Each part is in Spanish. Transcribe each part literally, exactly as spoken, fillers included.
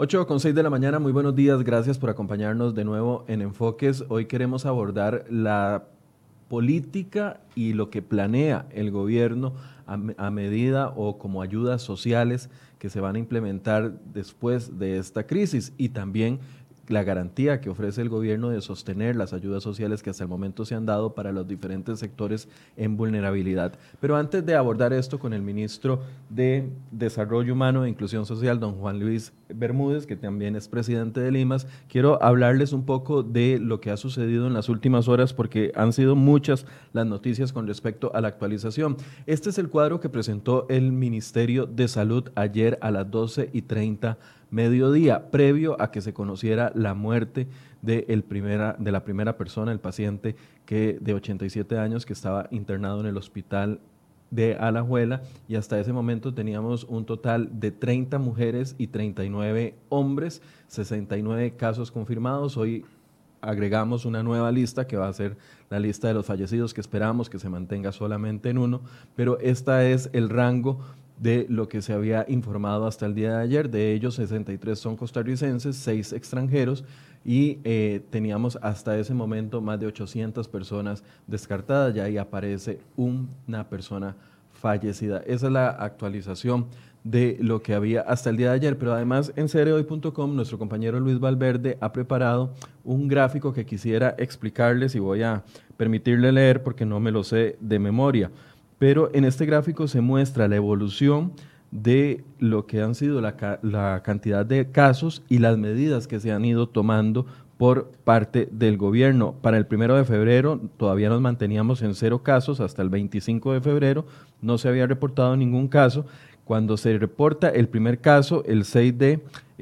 ocho con seis de la mañana, muy buenos días, gracias por acompañarnos de nuevo en Enfoques. Hoy queremos abordar la política y lo que planea el gobierno a, a medida o como ayudas sociales que se van a implementar después de esta crisis y también la garantía que ofrece el gobierno de sostener las ayudas sociales que hasta el momento se han dado para los diferentes sectores en vulnerabilidad. Pero antes de abordar esto con el ministro de Desarrollo Humano e Inclusión Social, don Juan Luis Bermúdez, que también es presidente de Limas, quiero hablarles un poco de lo que ha sucedido en las últimas horas porque han sido muchas las noticias con respecto a la actualización. Este es el cuadro que presentó el Ministerio de Salud ayer a las doce y treinta mediodía, previo a que se conociera la muerte de, el primera, de la primera persona, el paciente que, de ochenta y siete años que estaba internado en el hospital de Alajuela, y hasta ese momento teníamos un total de treinta mujeres y treinta y nueve hombres, sesenta y nueve casos confirmados. Hoy agregamos una nueva lista que va a ser la lista de los fallecidos, que esperamos que se mantenga solamente en uno, pero esta es el rango de lo que se había informado hasta el día de ayer. De ellos, sesenta y tres son costarricenses, seis extranjeros, y eh, teníamos hasta ese momento más de ochocientas personas descartadas. Ya ahí aparece una persona fallecida. Esa es la actualización de lo que había hasta el día de ayer, pero además en cereohoy punto com nuestro compañero Luis Valverde ha preparado un gráfico que quisiera explicarles y voy a permitirle leer porque no me lo sé de memoria. Pero en este gráfico se muestra la evolución de lo que han sido la, la cantidad de casos y las medidas que se han ido tomando por parte del gobierno. Para el primero de febrero todavía nos manteníamos en cero casos, hasta el veinticinco de febrero no se había reportado ningún caso. Cuando se reporta el primer caso, el seis de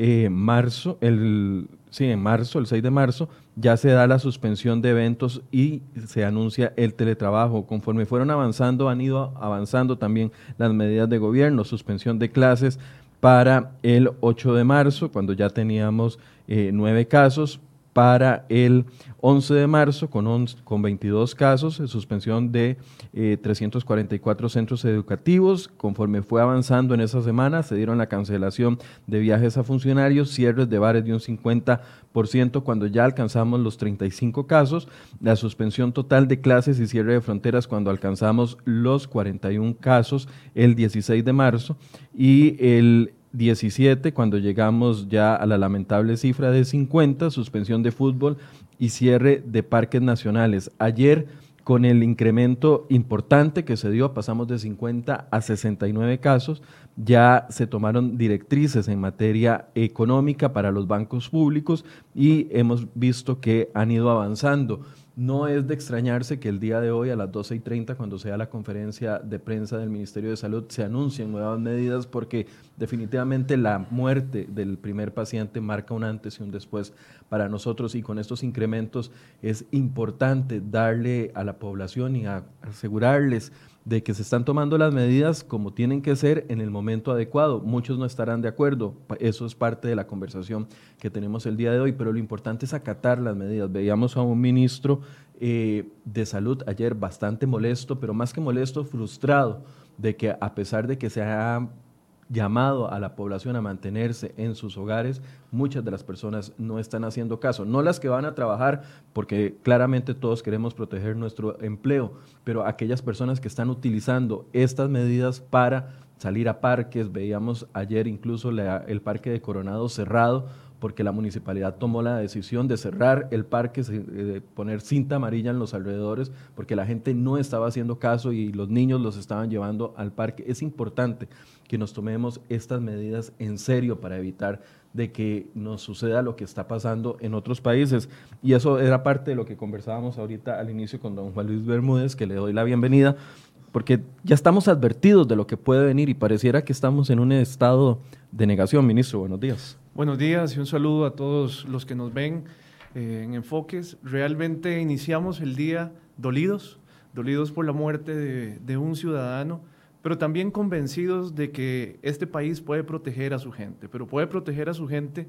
marzo, el, sí, en marzo, el seis de marzo, ya se da la suspensión de eventos y se anuncia el teletrabajo. Conforme fueron avanzando, han ido avanzando también las medidas de gobierno, suspensión de clases para el ocho de marzo, cuando ya teníamos eh, nueve casos, para el once de marzo con, once, con veintidós casos, suspensión de eh, trescientos cuarenta y cuatro centros educativos. Conforme fue avanzando en esa semana, se dieron la cancelación de viajes a funcionarios, cierres de bares de un cincuenta por ciento cuando ya alcanzamos los treinta y cinco casos, la suspensión total de clases y cierre de fronteras cuando alcanzamos los cuarenta y uno casos el dieciséis de marzo, y el diecisiete, cuando llegamos ya a la lamentable cifra de cincuenta, suspensión de fútbol y cierre de parques nacionales. Ayer, con el incremento importante que se dio, pasamos de cincuenta a sesenta y nueve casos, ya se tomaron directrices en materia económica para los bancos públicos y hemos visto que han ido avanzando. No es de extrañarse que el día de hoy a las doce y treinta, cuando sea la conferencia de prensa del Ministerio de Salud, se anuncien nuevas medidas porque definitivamente la muerte del primer paciente marca un antes y un después para nosotros, y con estos incrementos es importante darle a la población y a asegurarles de que se están tomando las medidas como tienen que ser en el momento adecuado. Muchos no estarán de acuerdo, eso es parte de la conversación que tenemos el día de hoy, pero lo importante es acatar las medidas. Veíamos a un ministro eh, de salud ayer bastante molesto, pero más que molesto, frustrado de que a pesar de que se ha llamado a la población a mantenerse en sus hogares, muchas de las personas no están haciendo caso, no las que van a trabajar, porque claramente todos queremos proteger nuestro empleo, pero aquellas personas que están utilizando estas medidas para salir a parques. Veíamos ayer incluso la, el parque de Coronado cerrado, porque la municipalidad tomó la decisión de cerrar el parque, de poner cinta amarilla en los alrededores, porque la gente no estaba haciendo caso y los niños los estaban llevando al parque. Es importante que nos tomemos estas medidas en serio para evitar de que nos suceda lo que está pasando en otros países. Y eso era parte de lo que conversábamos ahorita al inicio con don Juan Luis Bermúdez, que le doy la bienvenida, porque ya estamos advertidos de lo que puede venir y pareciera que estamos en un estado de negación. Ministro, buenos días. Buenos días y un saludo a todos los que nos ven eh, en Enfoques. Realmente iniciamos el día dolidos, dolidos por la muerte de, de un ciudadano, pero también convencidos de que este país puede proteger a su gente, pero puede proteger a su gente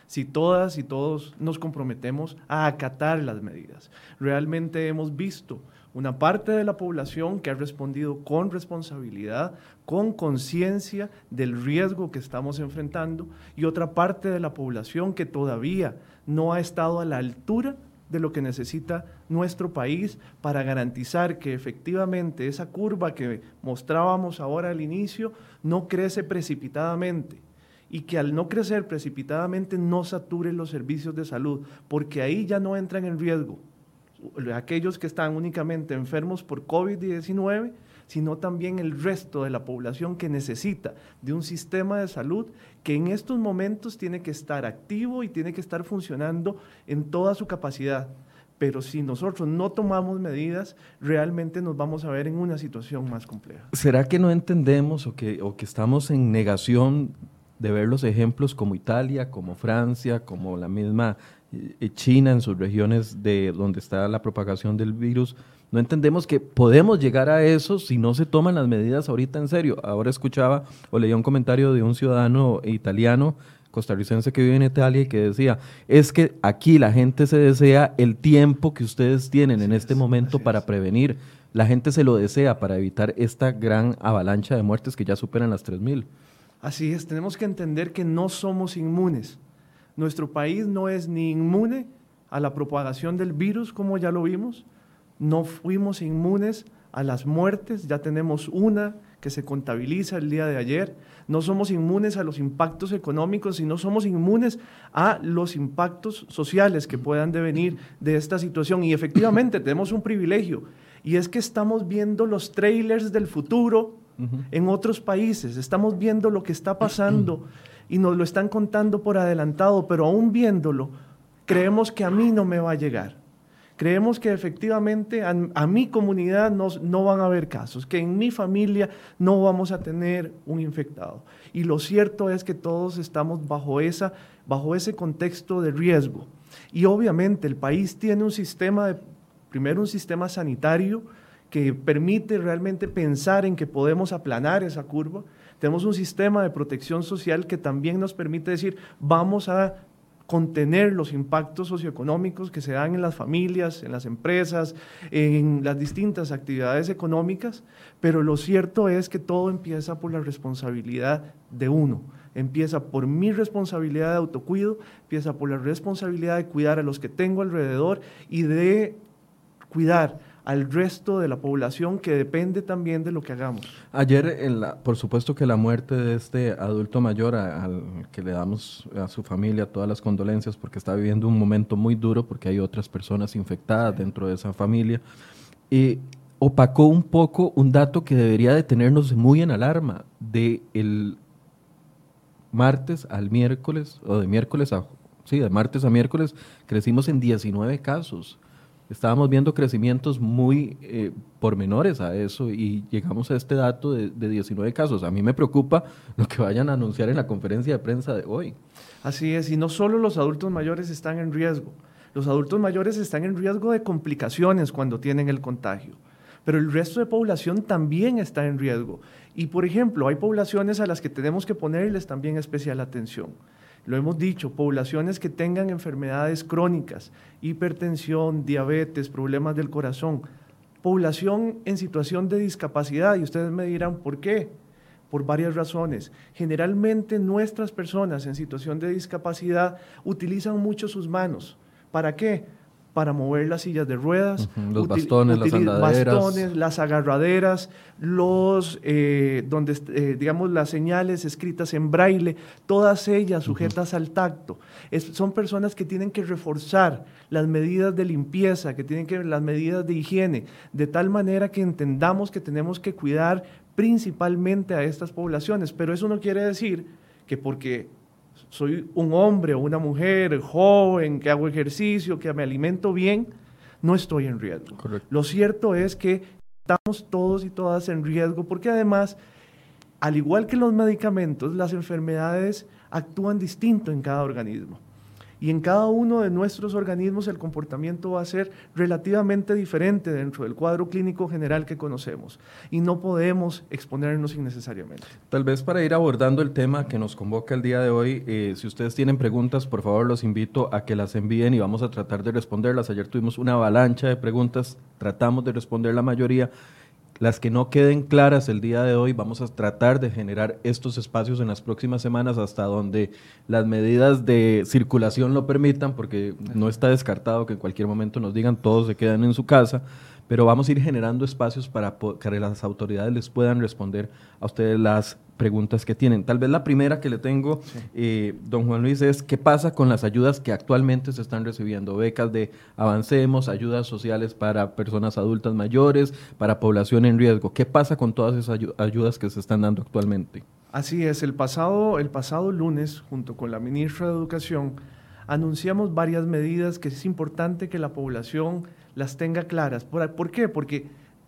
si todas y todos nos comprometemos a acatar las medidas. Realmente hemos visto una parte de la población que ha respondido con responsabilidad, con conciencia del riesgo que estamos enfrentando, y otra parte de la población que todavía no ha estado a la altura de lo que necesita nuestro país para garantizar que efectivamente esa curva que mostrábamos ahora al inicio no crece precipitadamente, y que al no crecer precipitadamente no sature los servicios de salud, porque ahí ya no entran en riesgo aquellos que están únicamente enfermos por COVID diecinueve, sino también el resto de la población que necesita de un sistema de salud que en estos momentos tiene que estar activo y tiene que estar funcionando en toda su capacidad. Pero si nosotros no tomamos medidas, realmente nos vamos a ver en una situación más compleja. ¿Será que no entendemos o que, o que estamos en negación de ver los ejemplos como Italia, como Francia, como la misma China en sus regiones de donde está la propagación del virus? No entendemos que podemos llegar a eso si no se toman las medidas ahorita en serio. Ahora escuchaba o leía un comentario de un ciudadano italiano, costarricense que vive en Italia y que decía, es que aquí la gente se desea el tiempo que ustedes tienen en este momento para prevenir. La gente se lo desea para evitar esta gran avalancha de muertes que ya superan las tres mil. Así es, tenemos que entender que no somos inmunes. Nuestro país no es ni inmune a la propagación del virus, como ya lo vimos, no fuimos inmunes a las muertes, ya tenemos una que se contabiliza el día de ayer, no somos inmunes a los impactos económicos y no somos inmunes a los impactos sociales que puedan devenir de esta situación. Y efectivamente tenemos un privilegio, y es que estamos viendo los trailers del futuro uh-huh. en otros países, estamos viendo lo que está pasando y nos lo están contando por adelantado, pero aún viéndolo, creemos que a mí no me va a llegar. Creemos que efectivamente a, a mi comunidad no, no van a haber casos, que en mi familia no vamos a tener un infectado. Y lo cierto es que todos estamos bajo, esa, bajo ese contexto de riesgo. Y obviamente el país tiene un sistema, de, primero un sistema sanitario que permite realmente pensar en que podemos aplanar esa curva. Tenemos un sistema de protección social que también nos permite decir, vamos a contener los impactos socioeconómicos que se dan en las familias, en las empresas, en las distintas actividades económicas, pero lo cierto es que todo empieza por la responsabilidad de uno, empieza por mi responsabilidad de autocuido, empieza por la responsabilidad de cuidar a los que tengo alrededor y de cuidar al resto de la población que depende también de lo que hagamos. Ayer, en la, por supuesto que la muerte de este adulto mayor, a, al que le damos a su familia todas las condolencias porque está viviendo un momento muy duro porque hay otras personas infectadas sí. dentro de esa familia, eh, opacó un poco un dato que debería de tenernos muy en alarma, de el martes al miércoles, o de miércoles a, sí, de martes a miércoles, crecimos en diecinueve casos. Estábamos viendo crecimientos muy eh, pormenores a eso y llegamos a este dato de, de diecinueve casos. A mí me preocupa lo que vayan a anunciar en la conferencia de prensa de hoy. Así es, y no solo los adultos mayores están en riesgo. Los adultos mayores están en riesgo de complicaciones cuando tienen el contagio, pero el resto de población también está en riesgo. Y, por ejemplo, hay poblaciones a las que tenemos que ponerles también especial atención. Lo hemos dicho, poblaciones que tengan enfermedades crónicas, hipertensión, diabetes, problemas del corazón, población en situación de discapacidad, y ustedes me dirán, ¿por qué? Por varias razones. Generalmente nuestras personas en situación de discapacidad utilizan mucho sus manos. ¿Para qué? Para mover las sillas de ruedas, uh-huh, los bastones, las andaderas, bastones, las agarraderas, los, eh, donde, eh, digamos, las señales escritas en braille, todas ellas sujetas uh-huh. al tacto. Es, son personas que tienen que reforzar las medidas de limpieza, que tienen que las medidas de higiene, de tal manera que entendamos que tenemos que cuidar principalmente a estas poblaciones. Pero eso no quiere decir que porque soy un hombre o una mujer joven, que hago ejercicio, que me alimento bien, no estoy en riesgo. Correcto. Lo cierto es que estamos todos y todas en riesgo, porque además, al igual que los medicamentos, las enfermedades actúan distinto en cada organismo. Y en cada uno de nuestros organismos el comportamiento va a ser relativamente diferente dentro del cuadro clínico general que conocemos. Y no podemos exponernos innecesariamente. Tal vez para ir abordando el tema que nos convoca el día de hoy, eh, si ustedes tienen preguntas, por favor los invito a que las envíen y vamos a tratar de responderlas. Ayer tuvimos una avalancha de preguntas, tratamos de responder la mayoría. Las que no queden claras el día de hoy, vamos a tratar de generar estos espacios en las próximas semanas hasta donde las medidas de circulación lo permitan, porque no está descartado que en cualquier momento nos digan todos se quedan en su casa, pero vamos a ir generando espacios para que las autoridades les puedan responder a ustedes las preguntas que tienen. Tal vez la primera que le tengo, sí. eh, don Juan Luis, es ¿qué pasa con las ayudas que actualmente se están recibiendo? Becas de Avancemos, ayudas sociales para personas adultas mayores, para población en riesgo. ¿Qué pasa con todas esas ayudas que se están dando actualmente? Así es, el pasado, el pasado lunes, junto con la ministra de Educación, anunciamos varias medidas que es importante que la población las tenga claras. ¿Por, ¿por qué? Porque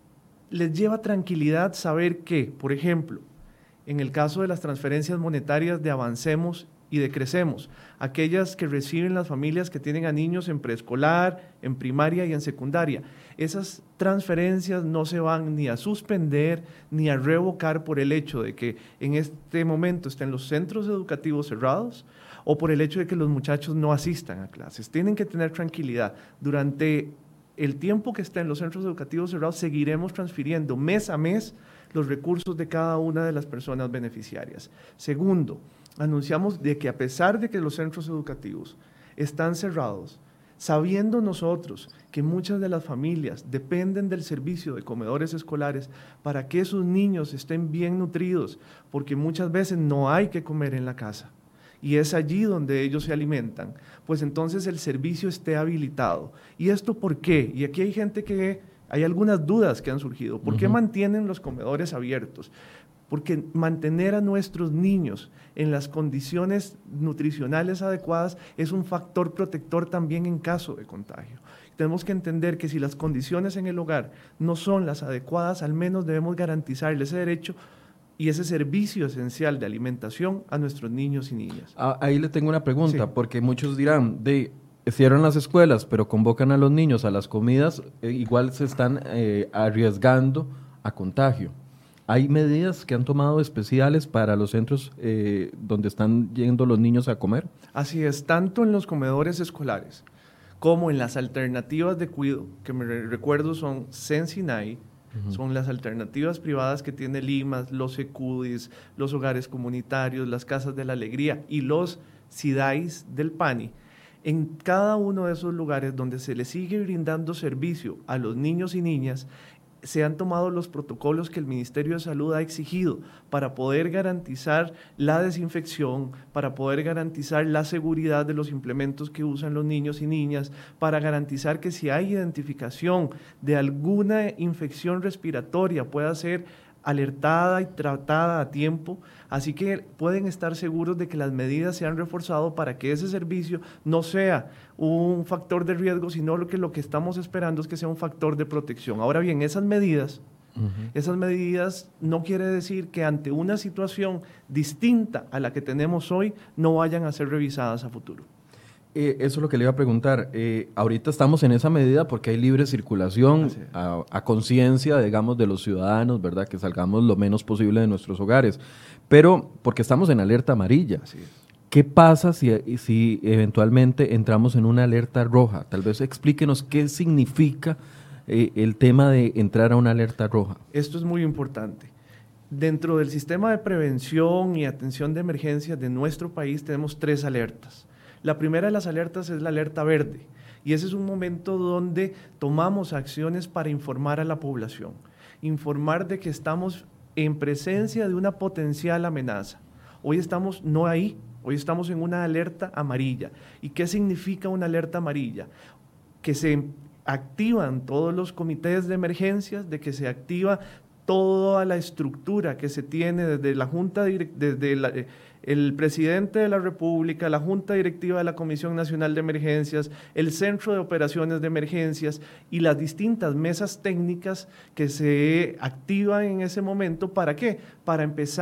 les lleva tranquilidad saber que, por ejemplo, en el caso de las transferencias monetarias de Avancemos y de Crecemos, aquellas que reciben las familias que tienen a niños en preescolar, en primaria y en secundaria, esas transferencias no se van ni a suspender ni a revocar por el hecho de que en este momento estén los centros educativos cerrados o por el hecho de que los muchachos no asistan a clases. Tienen que tener tranquilidad. Durante el tiempo que estén los centros educativos cerrados, seguiremos transfiriendo mes a mes los recursos de cada una de las personas beneficiarias. Segundo, anunciamos de que a pesar de que los centros educativos están cerrados, sabiendo nosotros que muchas de las familias dependen del servicio de comedores escolares para que sus niños estén bien nutridos, porque muchas veces no hay que comer en la casa y es allí donde ellos se alimentan, pues entonces el servicio esté habilitado. ¿Y esto por qué? Y aquí hay gente que... Hay algunas dudas que han surgido. ¿Por qué uh-huh. mantienen los comedores abiertos? Porque mantener a nuestros niños en las condiciones nutricionales adecuadas es un factor protector también en caso de contagio. Tenemos que entender que si las condiciones en el hogar no son las adecuadas, al menos debemos garantizarle ese derecho y ese servicio esencial de alimentación a nuestros niños y niñas. Ah, ahí le tengo una pregunta, sí. porque muchos dirán, de... cierran las escuelas, pero convocan a los niños a las comidas, eh, igual se están eh, arriesgando a contagio. ¿Hay medidas que han tomado especiales para los centros eh, donde están yendo los niños a comer? Así es, tanto en los comedores escolares como en las alternativas de cuidado, que me recuerdo son Sensinay, uh-huh. son las alternativas privadas que tiene Limas, los Secudis, los hogares comunitarios, las casas de la alegría y los SIDAIs del PANI. En cada uno de esos lugares donde se les sigue brindando servicio a los niños y niñas, se han tomado los protocolos que el Ministerio de Salud ha exigido para poder garantizar la desinfección, para poder garantizar la seguridad de los implementos que usan los niños y niñas, para garantizar que si hay identificación de alguna infección respiratoria pueda ser alertada y tratada a tiempo, así que pueden estar seguros de que las medidas se han reforzado para que ese servicio no sea un factor de riesgo, sino lo que, lo que estamos esperando es que sea un factor de protección. Ahora bien, esas medidas, uh-huh. esas medidas no quiere decir que ante una situación distinta a la que tenemos hoy no vayan a ser revisadas a futuro. Eh, eso es lo que le iba a preguntar. Eh, ahorita estamos en esa medida porque hay libre circulación a, a conciencia, digamos, de los ciudadanos, ¿verdad? Que salgamos lo menos posible de nuestros hogares. Pero porque estamos en alerta amarilla. Así es. ¿Qué pasa si, si eventualmente entramos en una alerta roja? Tal vez explíquenos qué significa eh, el tema de entrar a una alerta roja. Esto es muy importante. Dentro del sistema de prevención y atención de emergencias de nuestro país tenemos tres alertas. La primera de las alertas es la alerta verde y ese es un momento donde tomamos acciones para informar a la población, informar de que estamos en presencia de una potencial amenaza. Hoy estamos no ahí, hoy estamos en una alerta amarilla. ¿Y qué significa una alerta amarilla? Que se activan todos los comités de emergencias, de que se activa toda la estructura que se tiene desde la Junta, desde la, el presidente de la República, la Junta Directiva de la Comisión Nacional de Emergencias, el Centro de Operaciones de Emergencias y las distintas mesas técnicas que se activan en ese momento. ¿Para qué? Para empezar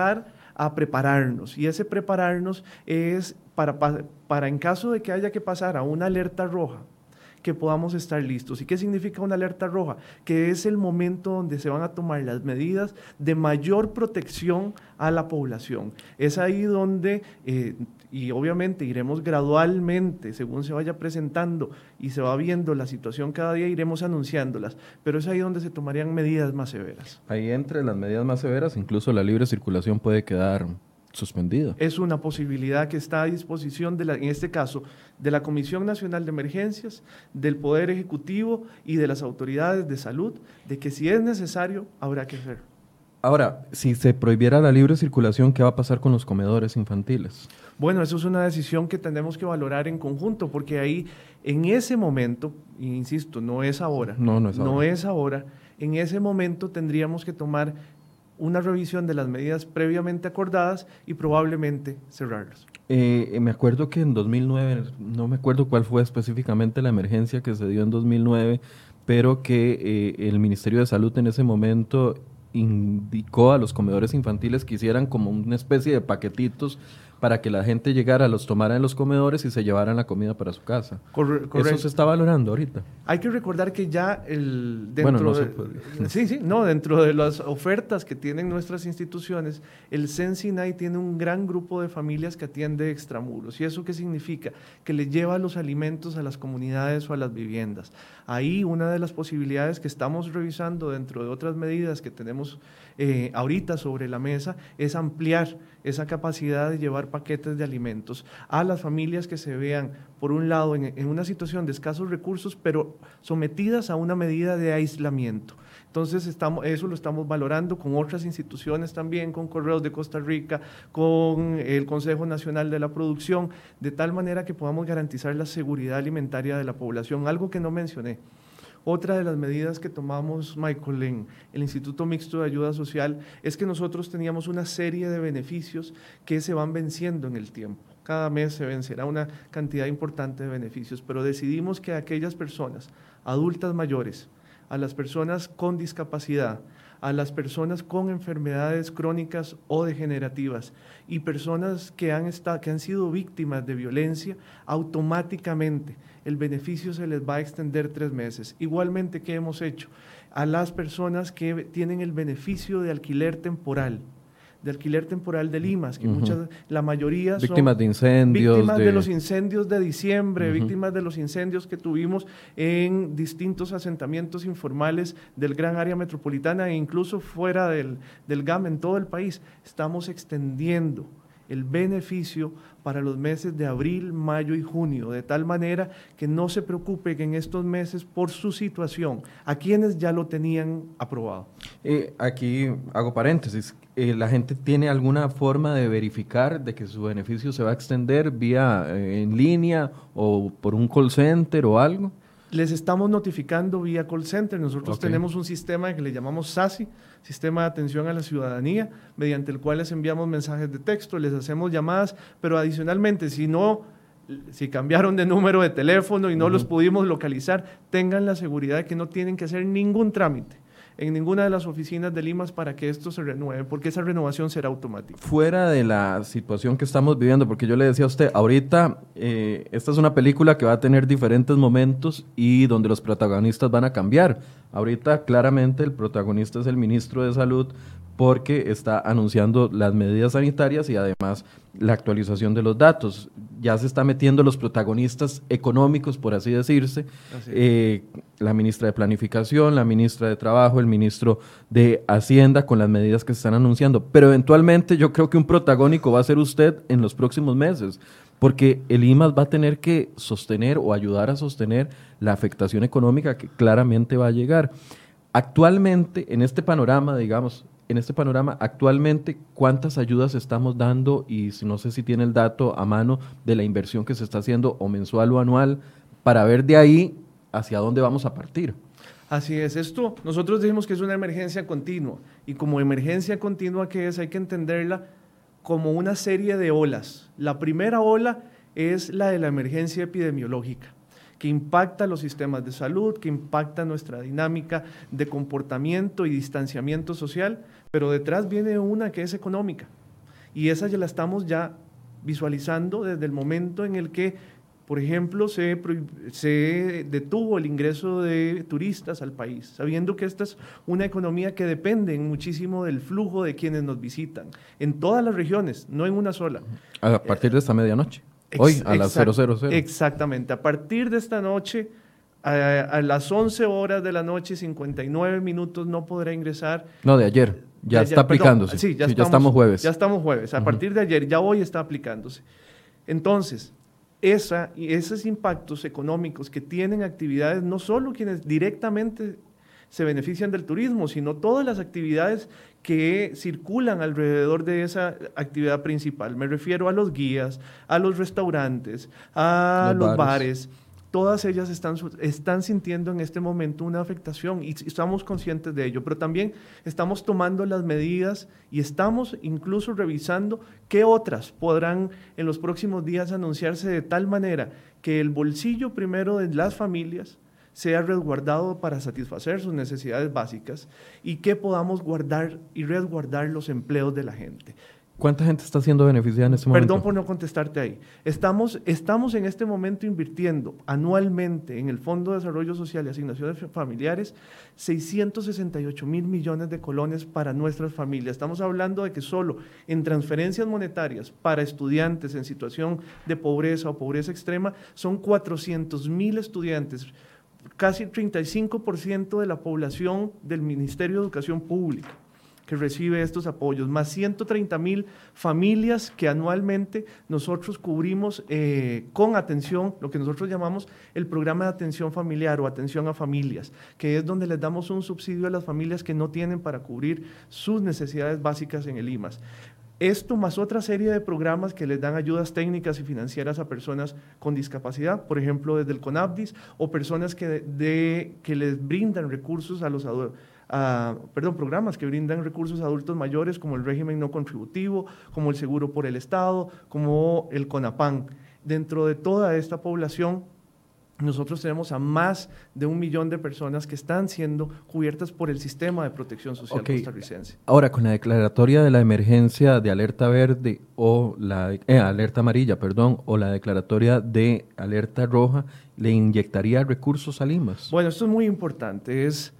a prepararnos, y ese prepararnos es para, para, para en caso de que haya que pasar a una alerta roja, que podamos estar listos. ¿Y qué significa una alerta roja? Que es el momento donde se van a tomar las medidas de mayor protección a la población. Es ahí donde, eh, y obviamente iremos gradualmente, según se vaya presentando y se va viendo la situación cada día, iremos anunciándolas, pero es ahí donde se tomarían medidas más severas. Ahí entre las medidas más severas, incluso la libre circulación puede quedar suspendida. Es una posibilidad que está a disposición, de la, en este caso, de la Comisión Nacional de Emergencias, del Poder Ejecutivo y de las autoridades de salud, de que si es necesario, habrá que hacer. Ahora, si se prohibiera la libre circulación, ¿qué va a pasar con los comedores infantiles? Bueno, eso es una decisión que tenemos que valorar en conjunto, porque ahí, en ese momento, e insisto, no es ahora, no, no es ahora, no es ahora, en ese momento tendríamos que tomar una revisión de las medidas previamente acordadas y probablemente cerrarlas. Eh, me acuerdo que en dos mil nueve, no me acuerdo cuál fue específicamente la emergencia que se dio en dos mil nueve, pero que eh, el Ministerio de Salud en ese momento indicó a los comedores infantiles que hicieran como una especie de paquetitos para que la gente llegara, los tomara en los comedores y se llevaran la comida para su casa. Corre, correcto. Eso se está valorando ahorita. Hay que recordar que ya el dentro bueno, no de, se puede. sí, sí, no, dentro de las ofertas que tienen nuestras instituciones, el C E N SINAI tiene un gran grupo de familias que atiende extramuros. ¿Y eso qué significa? Que le lleva los alimentos a las comunidades o a las viviendas. Ahí una de las posibilidades que estamos revisando dentro de otras medidas que tenemos eh, ahorita sobre la mesa es ampliar esa capacidad de llevar paquetes de alimentos a las familias que se vean, por un lado, en, en una situación de escasos recursos, pero sometidas a una medida de aislamiento. Entonces, estamos, eso lo estamos valorando con otras instituciones también, con Correos de Costa Rica, con el Consejo Nacional de la Producción, de tal manera que podamos garantizar la seguridad alimentaria de la población, algo que no mencioné. Otra de las medidas que tomamos, Michael, en el Instituto Mixto de Ayuda Social, es que nosotros teníamos una serie de beneficios que se van venciendo en el tiempo. Cada mes se vencerá una cantidad importante de beneficios, pero decidimos que a aquellas personas, adultas mayores, a las personas con discapacidad, a las personas con enfermedades crónicas o degenerativas y personas que han, estado, que han sido víctimas de violencia, automáticamente el beneficio se les va a extender tres meses. Igualmente, ¿qué hemos hecho? A las personas que tienen el beneficio de alquiler temporal, de alquiler temporal de limas, que uh-huh. muchas, la mayoría víctimas son víctimas de incendios, víctimas de... de los incendios de diciembre, uh-huh. víctimas de los incendios que tuvimos en distintos asentamientos informales del gran área metropolitana e incluso fuera del, del G A M en todo el país. Estamos extendiendo el beneficio para los meses de abril, mayo y junio, de tal manera que no se preocupen en estos meses por su situación, a quienes ya lo tenían aprobado. Eh, aquí hago paréntesis, eh, ¿la gente tiene alguna forma de verificar de que su beneficio se va a extender vía eh, en línea o por un call center o algo? Les estamos notificando vía call center. Nosotros okay. tenemos un sistema que le llamamos SASI, Sistema de Atención a la Ciudadanía, mediante el cual les enviamos mensajes de texto, les hacemos llamadas, pero adicionalmente, si no, si cambiaron de número de teléfono y no uh-huh. los pudimos localizar, tengan la seguridad de que no tienen que hacer ningún trámite en ninguna de las oficinas de Limas para que esto se renueve, porque esa renovación será automática. Fuera de la situación que estamos viviendo, porque yo le decía a usted, ahorita eh, esta es una película que va a tener diferentes momentos y donde los protagonistas van a cambiar. Ahorita claramente el protagonista es el ministro de Salud porque está anunciando las medidas sanitarias y además la actualización de los datos. Ya se está metiendo los protagonistas económicos, por así decirse, así eh, la ministra de Planificación, la ministra de Trabajo, el ministro de Hacienda, con las medidas que se están anunciando. Pero eventualmente yo creo que un protagónico va a ser usted en los próximos meses, porque el I M A S va a tener que sostener o ayudar a sostener la afectación económica que claramente va a llegar. Actualmente, en este panorama, digamos, en este panorama, actualmente, ¿cuántas ayudas estamos dando? Y no sé si tiene el dato a mano de la inversión que se está haciendo, o mensual o anual, para ver de ahí hacia dónde vamos a partir. Así es, esto nosotros dijimos que es una emergencia continua, y como emergencia continua que es, hay que entenderla como una serie de olas. La primera ola es la de la emergencia epidemiológica, que impacta los sistemas de salud, que impacta nuestra dinámica de comportamiento y distanciamiento social, pero detrás viene una que es económica. Y esa ya la estamos ya visualizando desde el momento en el que, por ejemplo, se, se detuvo el ingreso de turistas al país, sabiendo que esta es una economía que depende muchísimo del flujo de quienes nos visitan, en todas las regiones, no en una sola. A partir de esta medianoche, hoy a las cero cero cero. Exactamente, a partir de esta noche, a, a las once horas de la noche, cincuenta y nueve minutos, no podrá ingresar. No, de ayer, ya de está ayer, aplicándose. Perdón, sí, ya, sí, estamos, ya estamos jueves. Ya estamos jueves, a uh-huh. partir de ayer, ya hoy está aplicándose. Entonces, Esa, y esos impactos económicos que tienen actividades, no solo quienes directamente se benefician del turismo, sino todas las actividades que circulan alrededor de esa actividad principal. Me refiero a los guías, a los restaurantes, a los, los bares. bares. Todas ellas están, están sintiendo en este momento una afectación y estamos conscientes de ello, pero también estamos tomando las medidas y estamos incluso revisando qué otras podrán en los próximos días anunciarse de tal manera que el bolsillo primero de las familias sea resguardado para satisfacer sus necesidades básicas y que podamos guardar y resguardar los empleos de la gente. ¿Cuánta gente está siendo beneficiada en este momento? Perdón por no contestarte ahí. Estamos, estamos en este momento invirtiendo anualmente en el Fondo de Desarrollo Social y Asignaciones Familiares seiscientos sesenta y ocho mil millones de colones para nuestras familias. Estamos hablando de que solo en transferencias monetarias para estudiantes en situación de pobreza o pobreza extrema son cuatrocientos mil estudiantes, casi treinta y cinco por ciento de la población del Ministerio de Educación Pública que recibe estos apoyos, más ciento treinta mil familias que anualmente nosotros cubrimos eh, con atención, lo que nosotros llamamos el programa de atención familiar o atención a familias, que es donde les damos un subsidio a las familias que no tienen para cubrir sus necesidades básicas en el I M A S. Esto más otra serie de programas que les dan ayudas técnicas y financieras a personas con discapacidad, por ejemplo desde el CONAPDIS, o personas que, de, de, que les brindan recursos a los adultos. Uh, perdón, programas que brindan recursos a adultos mayores como el régimen no contributivo, como el seguro por el Estado, como el CONAPAN. Dentro de toda esta población, nosotros tenemos a más de un millón de personas que están siendo cubiertas por el sistema de protección social okay. costarricense. Ahora, con la declaratoria de la emergencia de alerta verde o la eh, alerta amarilla, perdón, o la declaratoria de alerta roja, ¿le inyectaría recursos al I M A S? Bueno, esto es muy importante. Es...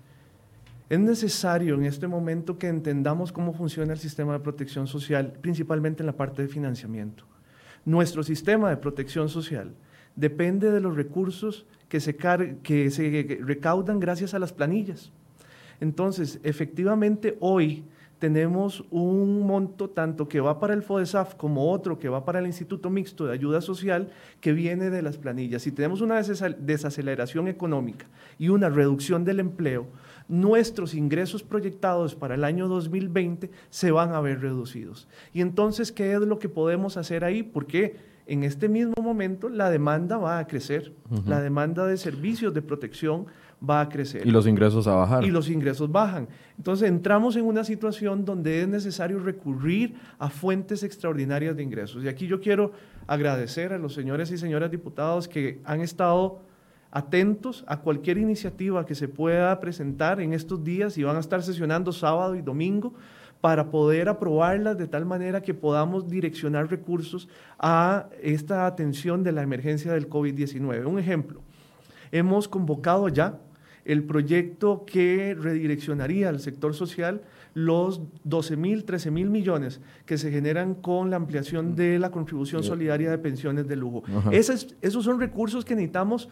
Es necesario en este momento que entendamos cómo funciona el sistema de protección social, principalmente en la parte de financiamiento. Nuestro sistema de protección social depende de los recursos que se, car- que se recaudan gracias a las planillas. Entonces, efectivamente, hoy tenemos un monto tanto que va para el FODESAF como otro que va para el Instituto Mixto de Ayuda Social que viene de las planillas. Si tenemos una desaceleración económica y una reducción del empleo, nuestros ingresos proyectados para el año dos mil veinte se van a ver reducidos. Y entonces, ¿qué es lo que podemos hacer ahí? Porque en este mismo momento la demanda va a crecer, uh-huh. la demanda de servicios de protección va a crecer. Y los ingresos a bajar. Y los ingresos bajan. Entonces entramos en una situación donde es necesario recurrir a fuentes extraordinarias de ingresos. Y aquí yo quiero agradecer a los señores y señoras diputados que han estado atentos a cualquier iniciativa que se pueda presentar en estos días y van a estar sesionando sábado y domingo para poder aprobarlas de tal manera que podamos direccionar recursos a esta atención de la emergencia del COVID diecinueve. Un ejemplo, hemos convocado ya el proyecto que redireccionaría al sector social los doce mil, trece mil millones que se generan con la ampliación de la contribución solidaria de pensiones de lujo. Esos, esos son recursos que necesitamos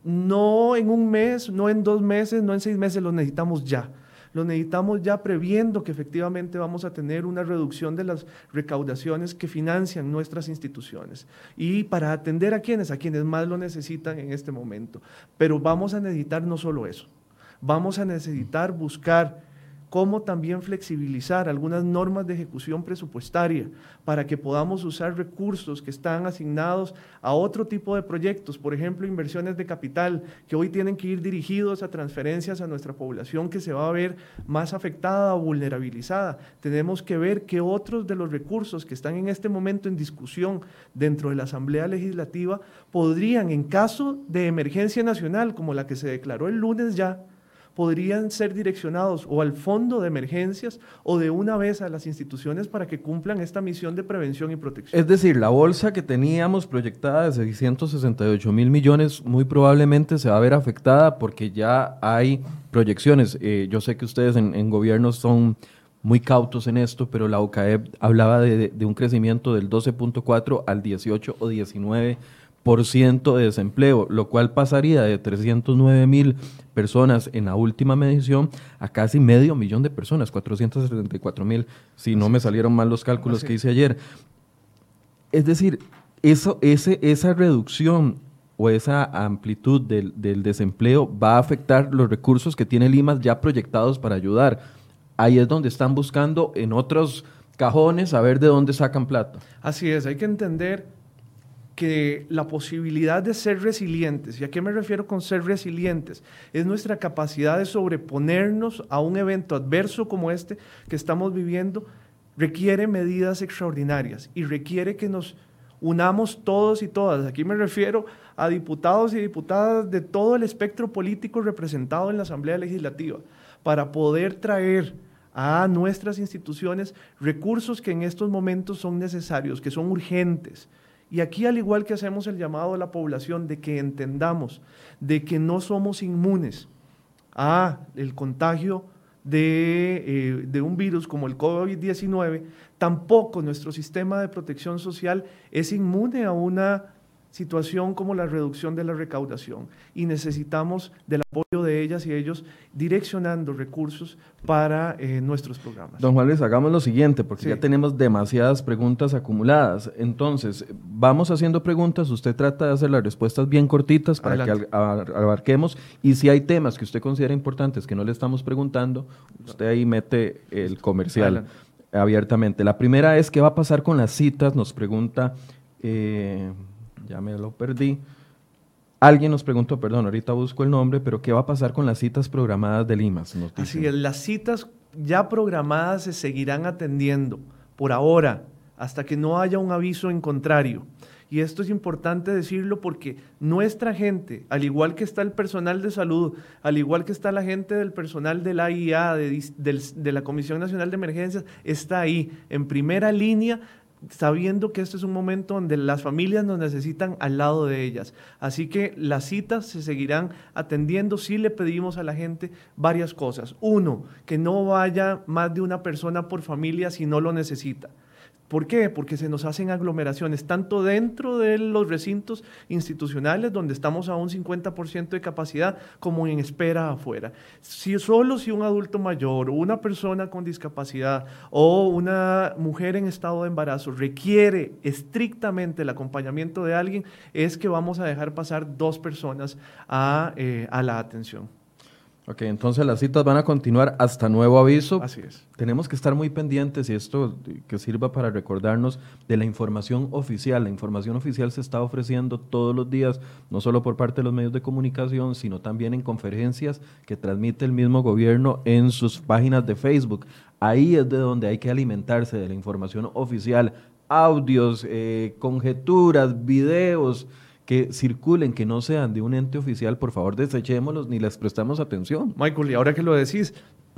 no en un mes, no en dos meses, no en seis meses, los necesitamos ya. Los necesitamos ya previendo que efectivamente vamos a tener una reducción de las recaudaciones que financian nuestras instituciones y para atender a quienes, a quienes más lo necesitan en este momento. Pero vamos a necesitar no solo eso, vamos a necesitar buscar cómo también flexibilizar algunas normas de ejecución presupuestaria para que podamos usar recursos que están asignados a otro tipo de proyectos, por ejemplo, inversiones de capital, que hoy tienen que ir dirigidos a transferencias a nuestra población que se va a ver más afectada o vulnerabilizada. Tenemos que ver qué otros de los recursos que están en este momento en discusión dentro de la Asamblea Legislativa podrían, en caso de emergencia nacional, como la que se declaró el lunes ya, podrían ser direccionados o al fondo de emergencias o de una vez a las instituciones para que cumplan esta misión de prevención y protección. Es decir, la bolsa que teníamos proyectada de seiscientos sesenta y ocho mil millones muy probablemente se va a ver afectada porque ya hay proyecciones. Eh, yo sé que ustedes en, en gobierno son muy cautos en esto, pero la O C A E P hablaba de, de un crecimiento del doce punto cuatro al dieciocho o diecinueve por ciento de desempleo, lo cual pasaría de trescientos nueve mil personas en la última medición a casi medio millón de personas, cuatrocientos setenta y cuatro mil, si no me salieron mal los cálculos Así. que hice ayer. Es decir, eso, ese, esa reducción o esa amplitud del, del desempleo va a afectar los recursos que tiene Limas ya proyectados para ayudar. Ahí es donde están buscando en otros cajones a ver de dónde sacan plata. Así es, hay que entender que la posibilidad de ser resilientes, ¿y a qué me refiero con ser resilientes? Es nuestra capacidad de sobreponernos a un evento adverso como este que estamos viviendo, requiere medidas extraordinarias y requiere que nos unamos todos y todas. Aquí me refiero a diputados y diputadas de todo el espectro político representado en la Asamblea Legislativa para poder traer a nuestras instituciones recursos que en estos momentos son necesarios, que son urgentes. Y aquí, al igual que hacemos el llamado a la población de que entendamos de que no somos inmunes a el contagio de, eh, de un virus como el COVID diecinueve, tampoco nuestro sistema de protección social es inmune a una situación como la reducción de la recaudación y necesitamos del apoyo de ellas y ellos direccionando recursos para eh, nuestros programas. Don Juan Luis, hagamos lo siguiente porque sí. ya tenemos demasiadas preguntas acumuladas. Entonces, vamos haciendo preguntas, usted trata de hacer las respuestas bien cortitas para Adelante. que al, a, abarquemos y si hay temas que usted considera importantes que no le estamos preguntando, usted ahí mete el comercial Adelante. abiertamente. La primera es, ¿qué va a pasar con las citas? Nos pregunta... Eh, ya me lo perdí. Alguien nos preguntó, perdón, ahorita busco el nombre, pero ¿qué va a pasar con las citas programadas de Limas? Así es, las citas ya programadas se seguirán atendiendo por ahora, hasta que no haya un aviso en contrario. Y esto es importante decirlo porque nuestra gente, al igual que está el personal de salud, al igual que está la gente del personal de la I I A, de, de, de la Comisión Nacional de Emergencias, está ahí, en primera línea, sabiendo que este es un momento donde las familias nos necesitan al lado de ellas. Así que las citas se seguirán atendiendo. Sí le pedimos a la gente varias cosas. Uno, que no vaya más de una persona por familia si no lo necesita. ¿Por qué? Porque se nos hacen aglomeraciones, tanto dentro de los recintos institucionales, donde estamos a un cincuenta por ciento de capacidad, como en espera afuera. Si solo si un adulto mayor, una persona con discapacidad o una mujer en estado de embarazo requiere estrictamente el acompañamiento de alguien, es que vamos a dejar pasar dos personas a, eh, a la atención. Ok, entonces las citas van a continuar hasta nuevo aviso. Así es. Tenemos que estar muy pendientes y esto que sirva para recordarnos de la información oficial. La información oficial se está ofreciendo todos los días, no solo por parte de los medios de comunicación, sino también en conferencias que transmite el mismo gobierno en sus páginas de Facebook. Ahí es de donde hay que alimentarse de la información oficial, audios, eh, conjeturas, videos que circulen, que no sean de un ente oficial, por favor desechémoslos ni les prestamos atención. Michael, y ahora que lo decís,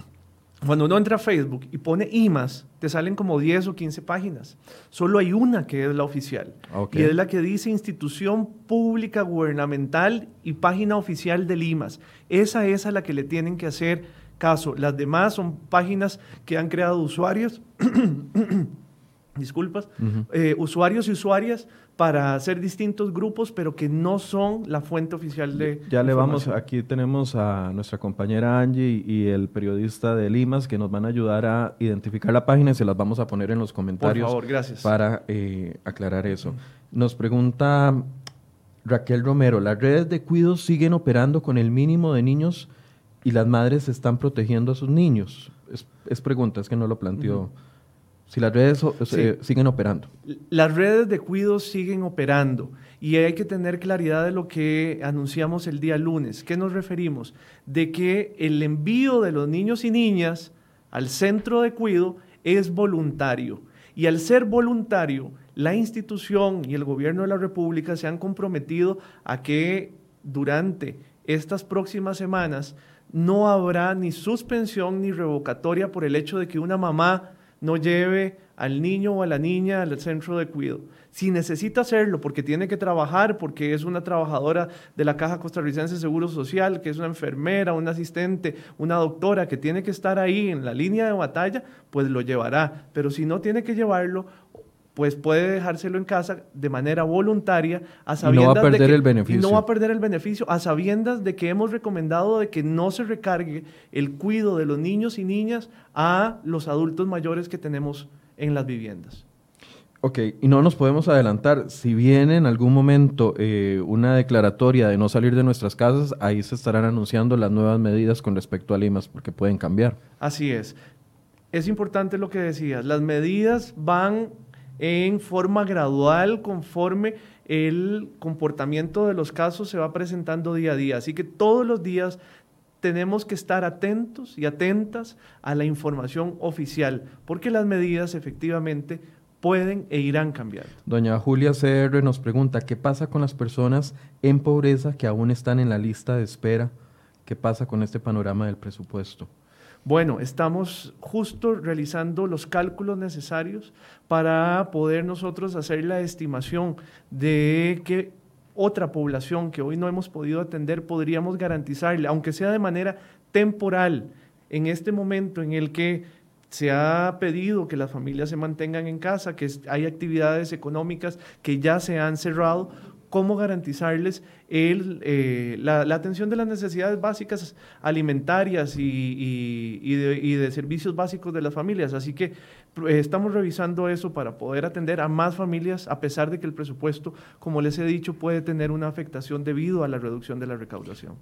cuando uno entra a Facebook y pone I M A S, te salen como diez o quince páginas. Solo hay una que es la oficial. Okay. Y es la que dice Institución Pública Gubernamental y página oficial del I M A S. Esa es a la que le tienen que hacer caso. Las demás son páginas que han creado usuarios, disculpas, uh-huh. eh, usuarios y usuarias para hacer distintos grupos, pero que no son la fuente oficial de Ya le vamos, aquí tenemos a nuestra compañera Angie y el periodista de Limas que nos van a ayudar a identificar la página y se las vamos a poner en los comentarios. Por favor, gracias. Para eh, aclarar eso. Uh-huh. Nos pregunta Raquel Romero, ¿las redes de cuido siguen operando con el mínimo de niños y las madres están protegiendo a sus niños? Es, es pregunta, es que no lo planteó. Uh-huh. Si las redes sí. eh, siguen operando. Las redes de cuidado siguen operando y hay que tener claridad de lo que anunciamos el día lunes. ¿Qué nos referimos? De que el envío de los niños y niñas al centro de cuidado es voluntario. Y al ser voluntario, la institución y el gobierno de la República se han comprometido a que durante estas próximas semanas no habrá ni suspensión ni revocatoria por el hecho de que una mamá no lleve al niño o a la niña al centro de cuidado. Si necesita hacerlo porque tiene que trabajar, porque es una trabajadora de la Caja Costarricense de Seguro Social, que es una enfermera, una asistente, una doctora que tiene que estar ahí en la línea de batalla, pues lo llevará. Pero si no tiene que llevarlo, pues puede dejárselo en casa de manera voluntaria, a sabiendas y no va a perder de que, el beneficio. Y no va a perder el beneficio, a sabiendas de que hemos recomendado de que no se recargue el cuidado de los niños y niñas a los adultos mayores que tenemos en las viviendas. Ok, y no nos podemos adelantar. Si viene en algún momento eh, una declaratoria de no salir de nuestras casas, ahí se estarán anunciando las nuevas medidas con respecto a Limas, porque pueden cambiar. Así es. Es importante lo que decías. Las medidas van en forma gradual conforme el comportamiento de los casos se va presentando día a día. Así que todos los días tenemos que estar atentos y atentas a la información oficial, porque las medidas efectivamente pueden e irán cambiando. Doña Julia C R nos pregunta, ¿qué pasa con las personas en pobreza que aún están en la lista de espera? ¿Qué pasa con este panorama del presupuesto? Bueno, estamos justo realizando los cálculos necesarios para poder nosotros hacer la estimación de qué otra población que hoy no hemos podido atender podríamos garantizarle, aunque sea de manera temporal, en este momento en el que se ha pedido que las familias se mantengan en casa, que hay actividades económicas que ya se han cerrado, cómo garantizarles el, eh, la, la atención de las necesidades básicas alimentarias y, y, y, de, y de servicios básicos de las familias. Así que eh, estamos revisando eso para poder atender a más familias, a pesar de que el presupuesto, como les he dicho, puede tener una afectación debido a la reducción de la recaudación.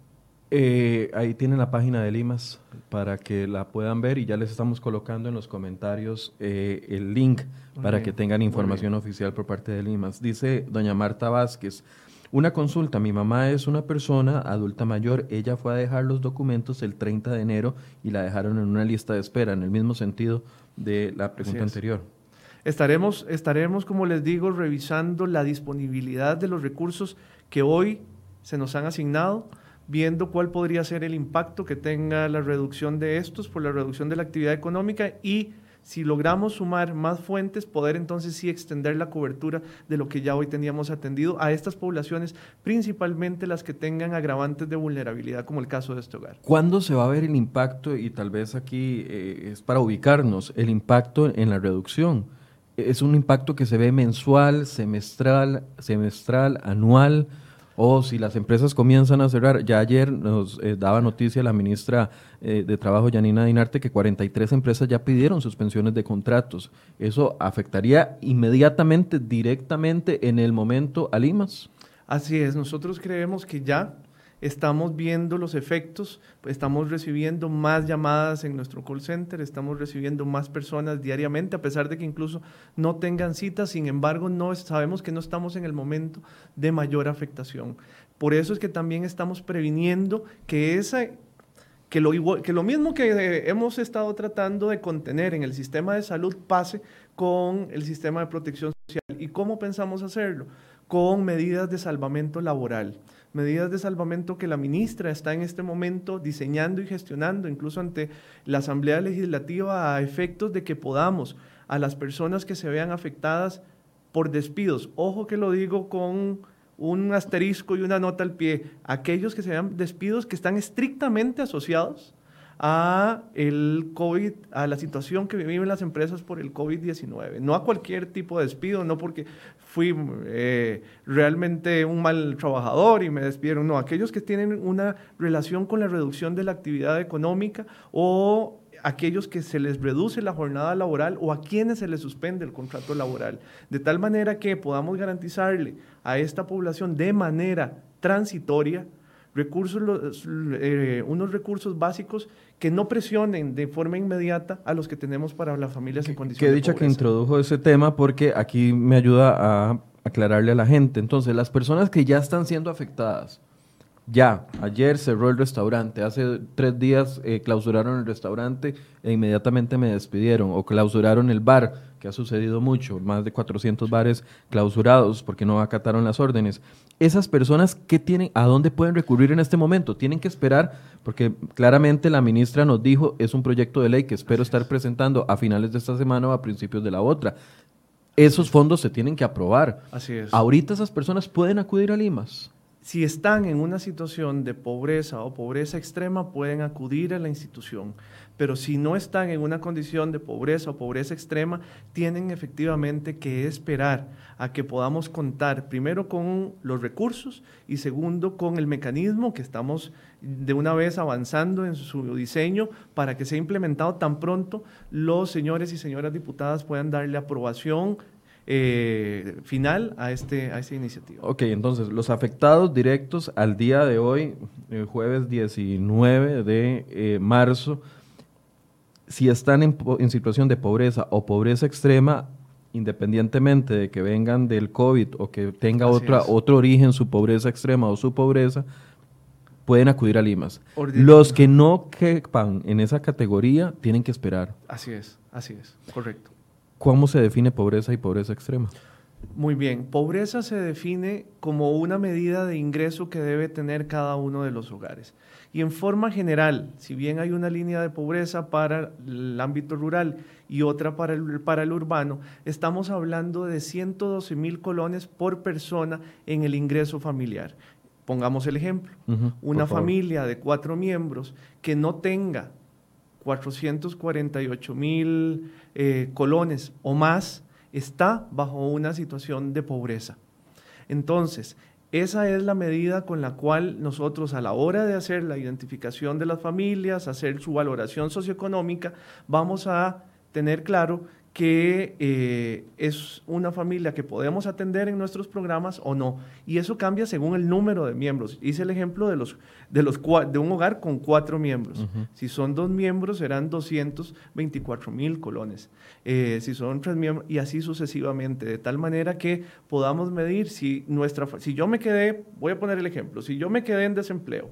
Eh, ahí tienen la página de Limas para que la puedan ver y ya les estamos colocando en los comentarios eh, el link para bien, que tengan información oficial por parte de Limas. Dice doña Marta Vázquez, una consulta, mi mamá es una persona adulta mayor, ella fue a dejar los documentos el treinta de enero y la dejaron en una lista de espera, en el mismo sentido de la pregunta anterior. Estaremos, estaremos, como les digo, revisando la disponibilidad de los recursos que hoy se nos han asignado, viendo cuál podría ser el impacto que tenga la reducción de estos por la reducción de la actividad económica y si logramos sumar más fuentes, poder entonces sí extender la cobertura de lo que ya hoy teníamos atendido a estas poblaciones, principalmente las que tengan agravantes de vulnerabilidad, como el caso de este hogar. ¿Cuándo se va a ver el impacto? Y tal vez aquí eh, es para ubicarnos, el impacto en la reducción. ¿Es un impacto que se ve mensual, semestral, semestral, anual? O si las empresas comienzan a cerrar, ya ayer nos eh, daba noticia la ministra eh, de Trabajo, Yanina Dinarte, que cuarenta y tres empresas ya pidieron suspensiones de contratos. ¿Eso afectaría inmediatamente, directamente, en el momento a Limas? Así es, nosotros creemos que ya estamos viendo los efectos, estamos recibiendo más llamadas en nuestro call center, estamos recibiendo más personas diariamente, a pesar de que incluso no tengan citas, sin embargo, no, sabemos que no estamos en el momento de mayor afectación. Por eso es que también estamos previniendo que, esa, que, lo, igual, que lo mismo que hemos estado tratando de contener en el sistema de salud pase con el sistema de protección social. ¿Y cómo pensamos hacerlo? Con medidas de salvamento laboral. Medidas de salvamento que la ministra está en este momento diseñando y gestionando, incluso ante la Asamblea Legislativa, a efectos de que podamos a las personas que se vean afectadas por despidos, ojo que lo digo con un asterisco y una nota al pie, aquellos que se vean despidos que están estrictamente asociados a el COVID, a la situación que viven las empresas por el COVID diecinueve, no a cualquier tipo de despido, no porque fui eh, realmente un mal trabajador y me despidieron, no, aquellos que tienen una relación con la reducción de la actividad económica o aquellos que se les reduce la jornada laboral o a quienes se les suspende el contrato laboral, de tal manera que podamos garantizarle a esta población de manera transitoria recursos, eh, unos recursos básicos que no presionen de forma inmediata a los que tenemos para las familias en condiciones de pobreza. Qué dicha que introdujo ese tema porque aquí me ayuda a aclararle a la gente. Entonces, las personas que ya están siendo afectadas, ya, ayer cerró el restaurante, hace tres días eh, clausuraron el restaurante e inmediatamente me despidieron, o clausuraron el bar que ha sucedido mucho, más de cuatrocientos bares clausurados porque no acataron las órdenes. Esas personas, ¿qué tienen, a dónde pueden recurrir en este momento? Tienen que esperar, porque claramente la ministra nos dijo, es un proyecto de ley que espero estar presentando a finales de esta semana o a principios de la otra. Esos fondos se tienen que aprobar. Así es. Ahorita esas personas pueden acudir al I M A S. Si están en una situación de pobreza o pobreza extrema, pueden acudir a la institución. Pero si no están en una condición de pobreza o pobreza extrema, tienen efectivamente que esperar a que podamos contar primero con los recursos y segundo con el mecanismo que estamos de una vez avanzando en su diseño para que sea implementado tan pronto los señores y señoras diputadas puedan darle aprobación Eh, final a, este, a esta iniciativa. Ok, entonces los afectados directos al día de hoy, el jueves diecinueve de eh, marzo, si están en, en situación de pobreza o pobreza extrema, independientemente de que vengan del COVID o que tenga otra, otro origen su pobreza extrema o su pobreza, pueden acudir al I M A S. Ordinario. Los que no quepan en esa categoría tienen que esperar. Así es, así es, correcto. ¿Cómo se define pobreza y pobreza extrema? Muy bien, pobreza se define como una medida de ingreso que debe tener cada uno de los hogares. Y en forma general, si bien hay una línea de pobreza para el ámbito rural y otra para el, para el urbano, estamos hablando de ciento doce mil colones por persona en el ingreso familiar. Pongamos el ejemplo, uh-huh, una familia de cuatro miembros que no tenga cuatrocientos cuarenta y ocho mil eh, colones o más, está bajo una situación de pobreza. Entonces, esa es la medida con la cual nosotros a la hora de hacer la identificación de las familias, hacer su valoración socioeconómica, vamos a tener claro que eh, es una familia que podemos atender en nuestros programas o no. Y eso cambia según el número de miembros. Hice el ejemplo de, los, de, los, de un hogar con cuatro miembros. Uh-huh. Si son dos miembros, serán doscientos veinticuatro mil colones. Eh, si son tres miembros, y así sucesivamente. De tal manera que podamos medir si nuestra... Si yo me quedé, voy a poner el ejemplo, si yo me quedé en desempleo,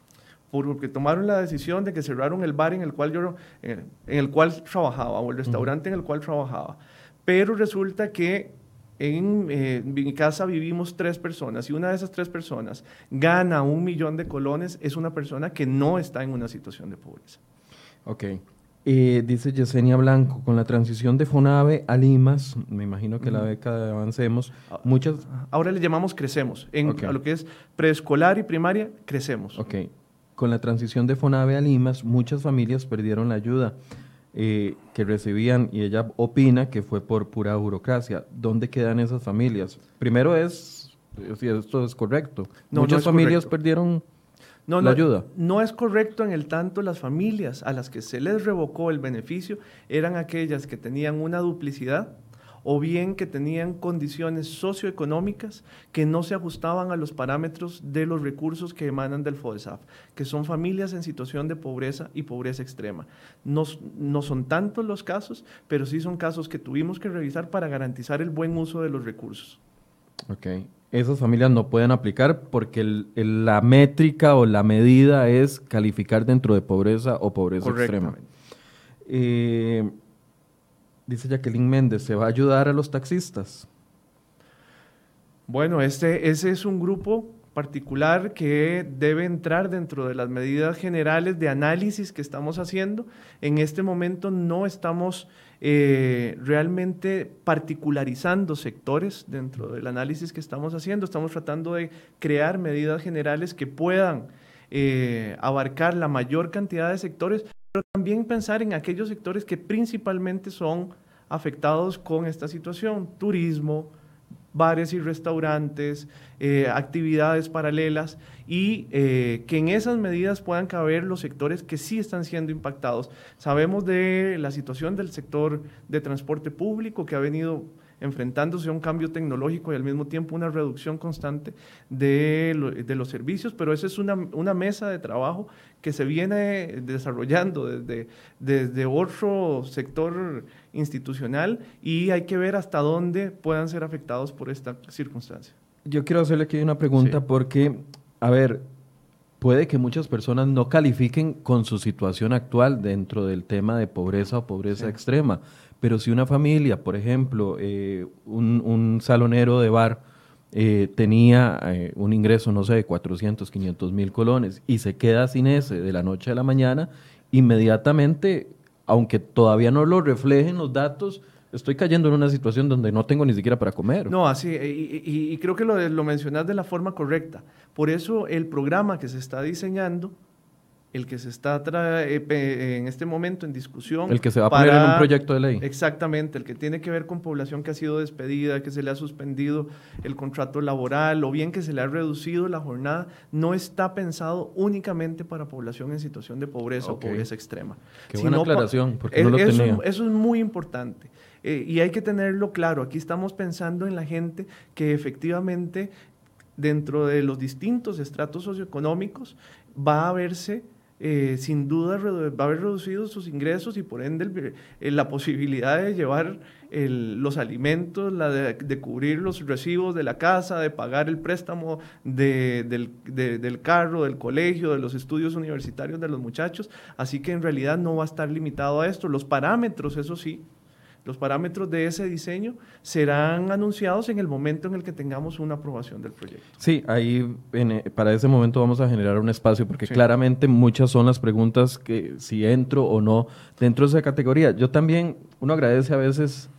porque tomaron la decisión de que cerraron el bar en el cual yo en el cual trabajaba o el restaurante uh-huh. en el cual trabajaba. Pero resulta que en, eh, en mi casa vivimos tres personas y una de esas tres personas gana un millón de colones, es una persona que no está en una situación de pobreza. Ok. Eh, dice Yesenia Blanco, con la transición de FONAVE a I M A S, me imagino que uh-huh. la beca de Avancemos, muchas... Ahora le llamamos Crecemos. En okay. a lo que es preescolar y primaria, Crecemos. Ok. Con la transición de FONAVE a I M A S, muchas familias perdieron la ayuda eh, que recibían y ella opina que fue por pura burocracia. ¿Dónde quedan esas familias? Primero es, si esto es correcto, no, muchas no es familias correcto. perdieron no, la no, ayuda. No es correcto en el tanto las familias a las que se les revocó el beneficio eran aquellas que tenían una duplicidad o bien que tenían condiciones socioeconómicas que no se ajustaban a los parámetros de los recursos que emanan del FODESAF, que son familias en situación de pobreza y pobreza extrema. No, no son tantos los casos, pero sí son casos que tuvimos que revisar para garantizar el buen uso de los recursos. Ok. Esas familias no pueden aplicar porque el, el, la métrica o la medida es calificar dentro de pobreza o pobreza extrema. Eh, Dice Jacqueline Méndez, ¿se va a ayudar a los taxistas? Bueno, este, ese es un grupo particular que debe entrar dentro de las medidas generales de análisis que estamos haciendo. En este momento no estamos eh, realmente particularizando sectores dentro del análisis que estamos haciendo. Estamos tratando de crear medidas generales que puedan eh, abarcar la mayor cantidad de sectores, pero también pensar en aquellos sectores que principalmente son afectados con esta situación: turismo, bares y restaurantes, eh, actividades paralelas, y eh, que en esas medidas puedan caber los sectores que sí están siendo impactados. Sabemos de la situación del sector de transporte público, que ha venido enfrentándose a un cambio tecnológico y al mismo tiempo una reducción constante de, lo, de los servicios, pero esa es una, una mesa de trabajo que se viene desarrollando desde, desde otro sector institucional, y hay que ver hasta dónde puedan ser afectados por esta circunstancia. Yo quiero hacerle aquí una pregunta, sí. porque, a ver, puede que muchas personas no califiquen con su situación actual dentro del tema de pobreza o pobreza sí. extrema, pero si una familia, por ejemplo, eh, un, un salonero de bar eh, tenía eh, un ingreso, no sé, de cuatrocientos, quinientos mil colones y se queda sin ese de la noche a la mañana, inmediatamente, aunque todavía no lo reflejen los datos, estoy cayendo en una situación donde no tengo ni siquiera para comer. No, así, y, y, y creo que lo, lo mencionas de la forma correcta. Por eso el programa que se está diseñando, el que se está tra- eh, en este momento en discusión... El que se va a poner para, en un proyecto de ley. Exactamente, el que tiene que ver con población que ha sido despedida, que se le ha suspendido el contrato laboral o bien que se le ha reducido la jornada, no está pensado únicamente para población en situación de pobreza okay. o pobreza extrema. Qué buena aclaración, porque no lo eso, tenía. Eso es muy importante. Eh, y hay que tenerlo claro, aquí estamos pensando en la gente que efectivamente dentro de los distintos estratos socioeconómicos va a verse eh, sin duda va a haber reducido sus ingresos y por ende el, el, la posibilidad de llevar el, los alimentos, la de, de cubrir los recibos de la casa, de pagar el préstamo de, del, de, del carro, del colegio, de los estudios universitarios de los muchachos, así que en realidad no va a estar limitado a esto. Los parámetros, eso sí, los parámetros de ese diseño serán anunciados en el momento en el que tengamos una aprobación del proyecto. Sí, ahí en, para ese momento vamos a generar un espacio porque sí. claramente muchas son las preguntas que si entro o no dentro de esa categoría. Yo también, uno agradece a veces,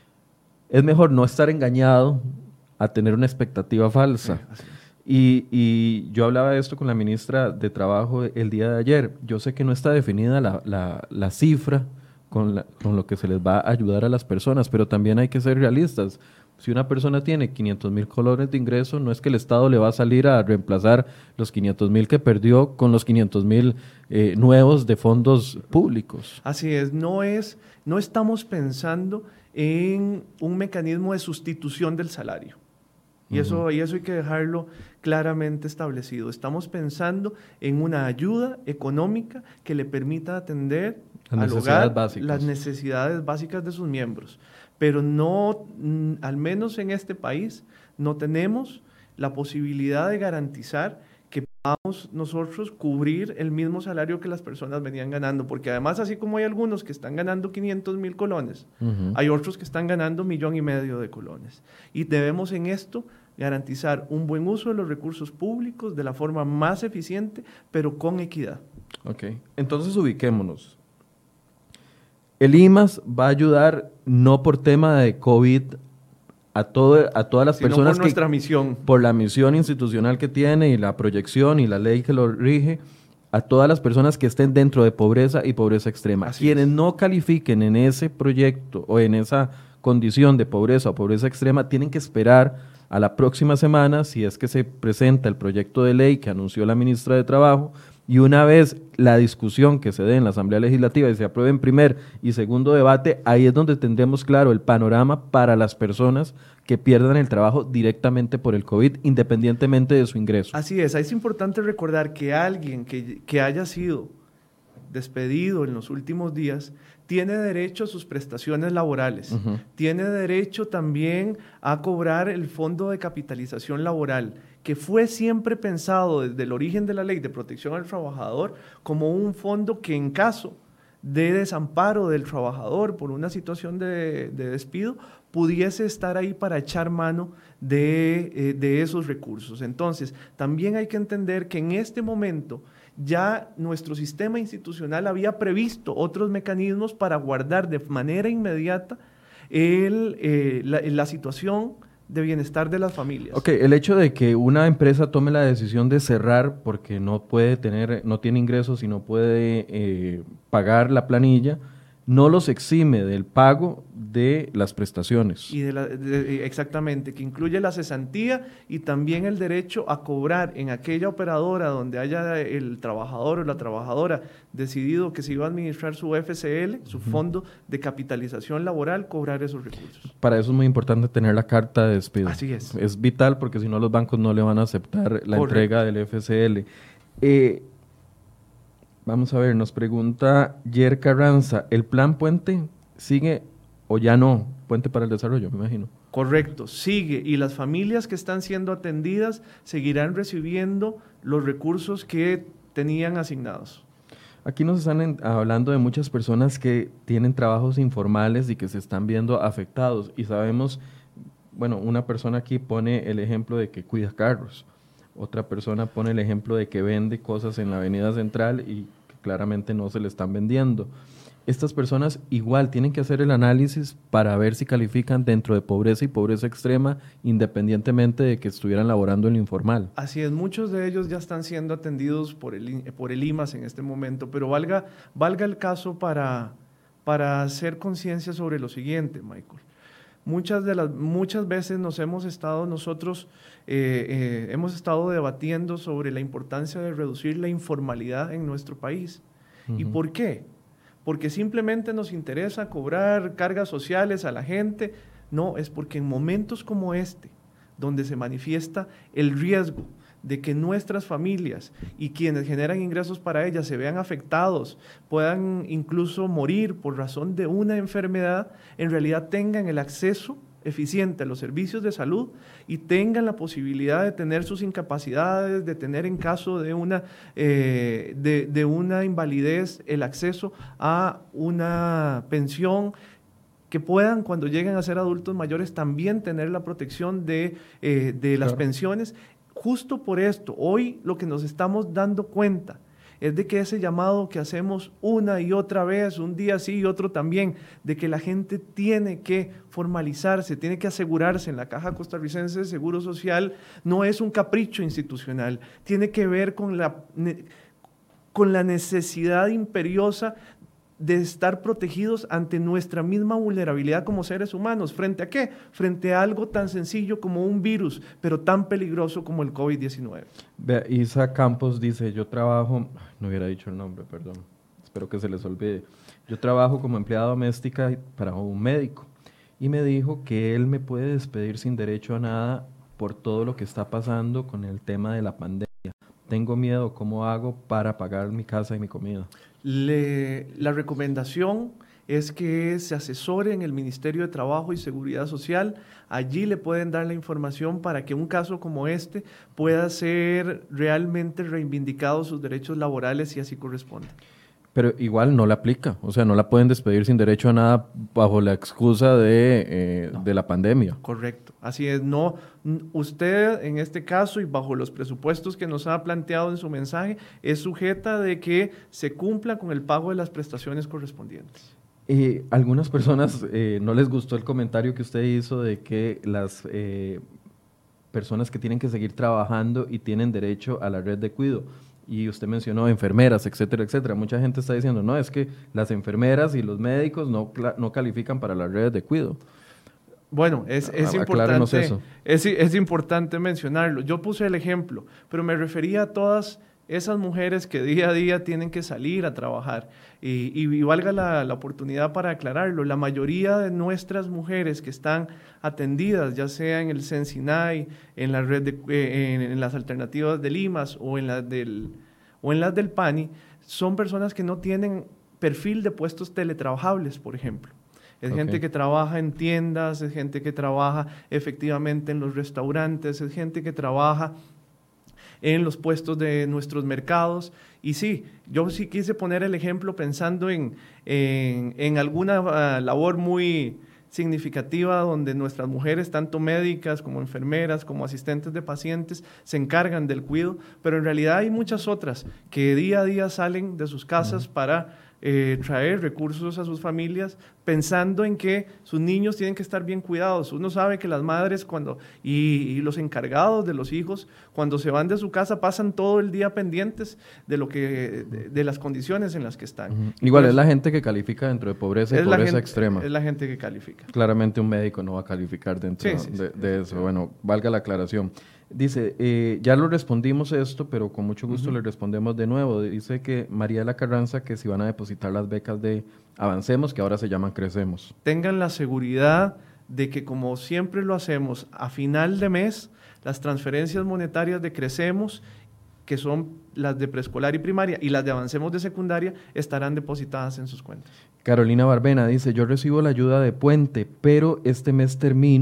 es mejor no estar engañado a tener una expectativa falsa. Sí, y, y yo hablaba de esto con la ministra de Trabajo el día de ayer. Yo sé que no está definida la, la, la cifra Con, la, con lo que se les va a ayudar a las personas, pero también hay que ser realistas. Si una persona tiene quinientos mil colones de ingreso, no es que el Estado le va a salir a reemplazar los quinientos mil que perdió con los quinientos mil eh, nuevos de fondos públicos. Así es, no es, no estamos pensando en un mecanismo de sustitución del salario. Y eso, uh-huh. y eso hay que dejarlo claramente establecido. Estamos pensando en una ayuda económica que le permita atender las al necesidades hogar básicas. las necesidades básicas de sus miembros. Pero no, mm, al menos en este país, no tenemos la posibilidad de garantizar que podamos nosotros cubrir el mismo salario que las personas venían ganando. Porque además, así como hay algunos que están ganando quinientos mil colones, uh-huh. hay otros que están ganando millón y medio de colones. Y debemos en esto garantizar un buen uso de los recursos públicos de la forma más eficiente, pero con equidad. Ok, entonces ubiquémonos. El I M A S va a ayudar no por tema de COVID a, todo, a todas las sino personas por nuestra que, misión. por la misión institucional que tiene y la proyección y la ley que lo rige, a todas las personas que estén dentro de pobreza y pobreza extrema. Así Quienes es. no califiquen en ese proyecto o en esa condición de pobreza o pobreza extrema tienen que esperar a la próxima semana, si es que se presenta el proyecto de ley que anunció la ministra de Trabajo, y una vez la discusión que se dé en la Asamblea Legislativa y se apruebe en primer y segundo debate, ahí es donde tendremos claro el panorama para las personas que pierdan el trabajo directamente por el COVID, independientemente de su ingreso. Así es, es importante recordar que alguien que, que haya sido despedido en los últimos días tiene derecho a sus prestaciones laborales, uh-huh. tiene derecho también a cobrar el fondo de capitalización laboral, que fue siempre pensado desde el origen de la Ley de Protección al Trabajador como un fondo que en caso de desamparo del trabajador por una situación de, de despido, pudiese estar ahí para echar mano de, eh, de esos recursos. Entonces, también hay que entender que en este momento ya nuestro sistema institucional había previsto otros mecanismos para guardar de manera inmediata el, eh, la, la situación de bienestar de las familias. Ok, el hecho de que una empresa tome la decisión de cerrar porque no puede tener, no tiene ingresos y no puede eh, pagar la planilla, no los exime del pago de las prestaciones. Y de la, de, exactamente, que incluye la cesantía y también el derecho a cobrar en aquella operadora donde haya el trabajador o la trabajadora decidido que se iba a administrar su F C L, su uh-huh. fondo de capitalización laboral, cobrar esos recursos. Para eso es muy importante tener la carta de despido. Así es. Es vital porque si no los bancos no le van a aceptar la Correcto. entrega del F C L. Eh, Vamos a ver, nos pregunta Yer Carranza, ¿el plan Puente sigue o ya no? Puente para el Desarrollo, me imagino. Correcto, sigue, y las familias que están siendo atendidas seguirán recibiendo los recursos que tenían asignados. Aquí nos están en, hablando de muchas personas que tienen trabajos informales y que se están viendo afectados, y sabemos, bueno, una persona aquí pone el ejemplo de que cuida carros, otra persona pone el ejemplo de que vende cosas en la Avenida Central y que claramente no se le están vendiendo. Estas personas igual tienen que hacer el análisis para ver si califican dentro de pobreza y pobreza extrema, independientemente de que estuvieran laborando en lo informal. Así es, muchos de ellos ya están siendo atendidos por el, por el I M A S en este momento, pero valga, valga el caso para, para hacer conciencia sobre lo siguiente, Michael. Muchas, de las, muchas veces nos hemos estado nosotros, eh, eh, hemos estado debatiendo sobre la importancia de reducir la informalidad en nuestro país. Uh-huh. ¿Y por qué? Porque simplemente nos interesa cobrar cargas sociales a la gente. No, es porque en momentos como este, donde se manifiesta el riesgo de que nuestras familias y quienes generan ingresos para ellas se vean afectados, puedan incluso morir por razón de una enfermedad, en realidad tengan el acceso eficiente a los servicios de salud y tengan la posibilidad de tener sus incapacidades, de tener en caso de una, eh, de, de una invalidez el acceso a una pensión, que puedan cuando lleguen a ser adultos mayores también tener la protección de, eh, de las claro. pensiones. Justo por esto, hoy lo que nos estamos dando cuenta es de que ese llamado que hacemos una y otra vez, un día sí y otro también, de que la gente tiene que formalizarse, tiene que asegurarse en la Caja Costarricense de Seguro Social, no es un capricho institucional, tiene que ver con la, con la necesidad imperiosa de estar protegidos ante nuestra misma vulnerabilidad como seres humanos. ¿Frente a qué? Frente a algo tan sencillo como un virus, pero tan peligroso como el COVID diecinueve. Vea, Isa Campos dice, yo trabajo, no hubiera dicho el nombre, perdón, espero que se les olvide. Yo trabajo como empleada doméstica para un médico y me dijo que él me puede despedir sin derecho a nada por todo lo que está pasando con el tema de la pandemia. Tengo miedo, ¿cómo hago para pagar mi casa y mi comida? Le, la recomendación es que se asesore en el Ministerio de Trabajo y Seguridad Social. Allí le pueden dar la información para que un caso como este pueda ser realmente reivindicado sus derechos laborales si así corresponde. Pero igual no la aplica, o sea, no la pueden despedir sin derecho a nada bajo la excusa de, eh, no. de la pandemia. Correcto, así es. No, usted en este caso y bajo los presupuestos que nos ha planteado en su mensaje, es sujeta de que se cumpla con el pago de las prestaciones correspondientes. Eh, algunas personas eh, no les gustó el comentario que usted hizo de que las eh, personas que tienen que seguir trabajando y tienen derecho a la red de cuidado. Y usted mencionó enfermeras, etcétera, etcétera. Mucha gente está diciendo, no, es que las enfermeras y los médicos no, no califican para las redes de cuidado. Bueno, es, es, importante, eso. Es, es importante mencionarlo. Yo puse el ejemplo, pero me refería a todas esas mujeres que día a día tienen que salir a trabajar. Y, y, y valga la, la oportunidad para aclararlo, la mayoría de nuestras mujeres que están atendidas, ya sea en el Censinay, en la red de, eh, en, en las alternativas del I M A S o en las del, o en las del P A N I, son personas que no tienen perfil de puestos teletrabajables, por ejemplo. Es okay. gente que trabaja en tiendas, es gente que trabaja efectivamente en los restaurantes, es gente que trabaja en los puestos de nuestros mercados. Y sí, yo sí quise poner el ejemplo pensando en, en, en alguna uh, labor muy significativa donde nuestras mujeres, tanto médicas como enfermeras, como asistentes de pacientes, se encargan del cuidado, pero en realidad hay muchas otras que día a día salen de sus casas uh-huh. para eh, traer recursos a sus familias, pensando en que sus niños tienen que estar bien cuidados. Uno sabe que las madres cuando y, y los encargados de los hijos, cuando se van de su casa, pasan todo el día pendientes de lo que de, de las condiciones en las que están. Uh-huh. Igual es la gente que califica dentro de pobreza y pobreza gente, extrema. Es la gente que califica. Claramente un médico no va a calificar dentro sí, sí, de, sí, de eso. Sí. Bueno, valga la aclaración. Dice, eh, ya lo respondimos esto, pero con mucho gusto uh-huh. le respondemos de nuevo. Dice que Mariela Carranza que si van a depositar las becas de Avancemos, que ahora se llaman Crecemos. Tengan la seguridad de que, como siempre lo hacemos, a final de mes, las transferencias monetarias de Crecemos, que son las de preescolar y primaria, y las de Avancemos de secundaria, estarán depositadas en sus cuentas. Carolina Barbena dice, yo recibo la ayuda de Puente, pero este mes termino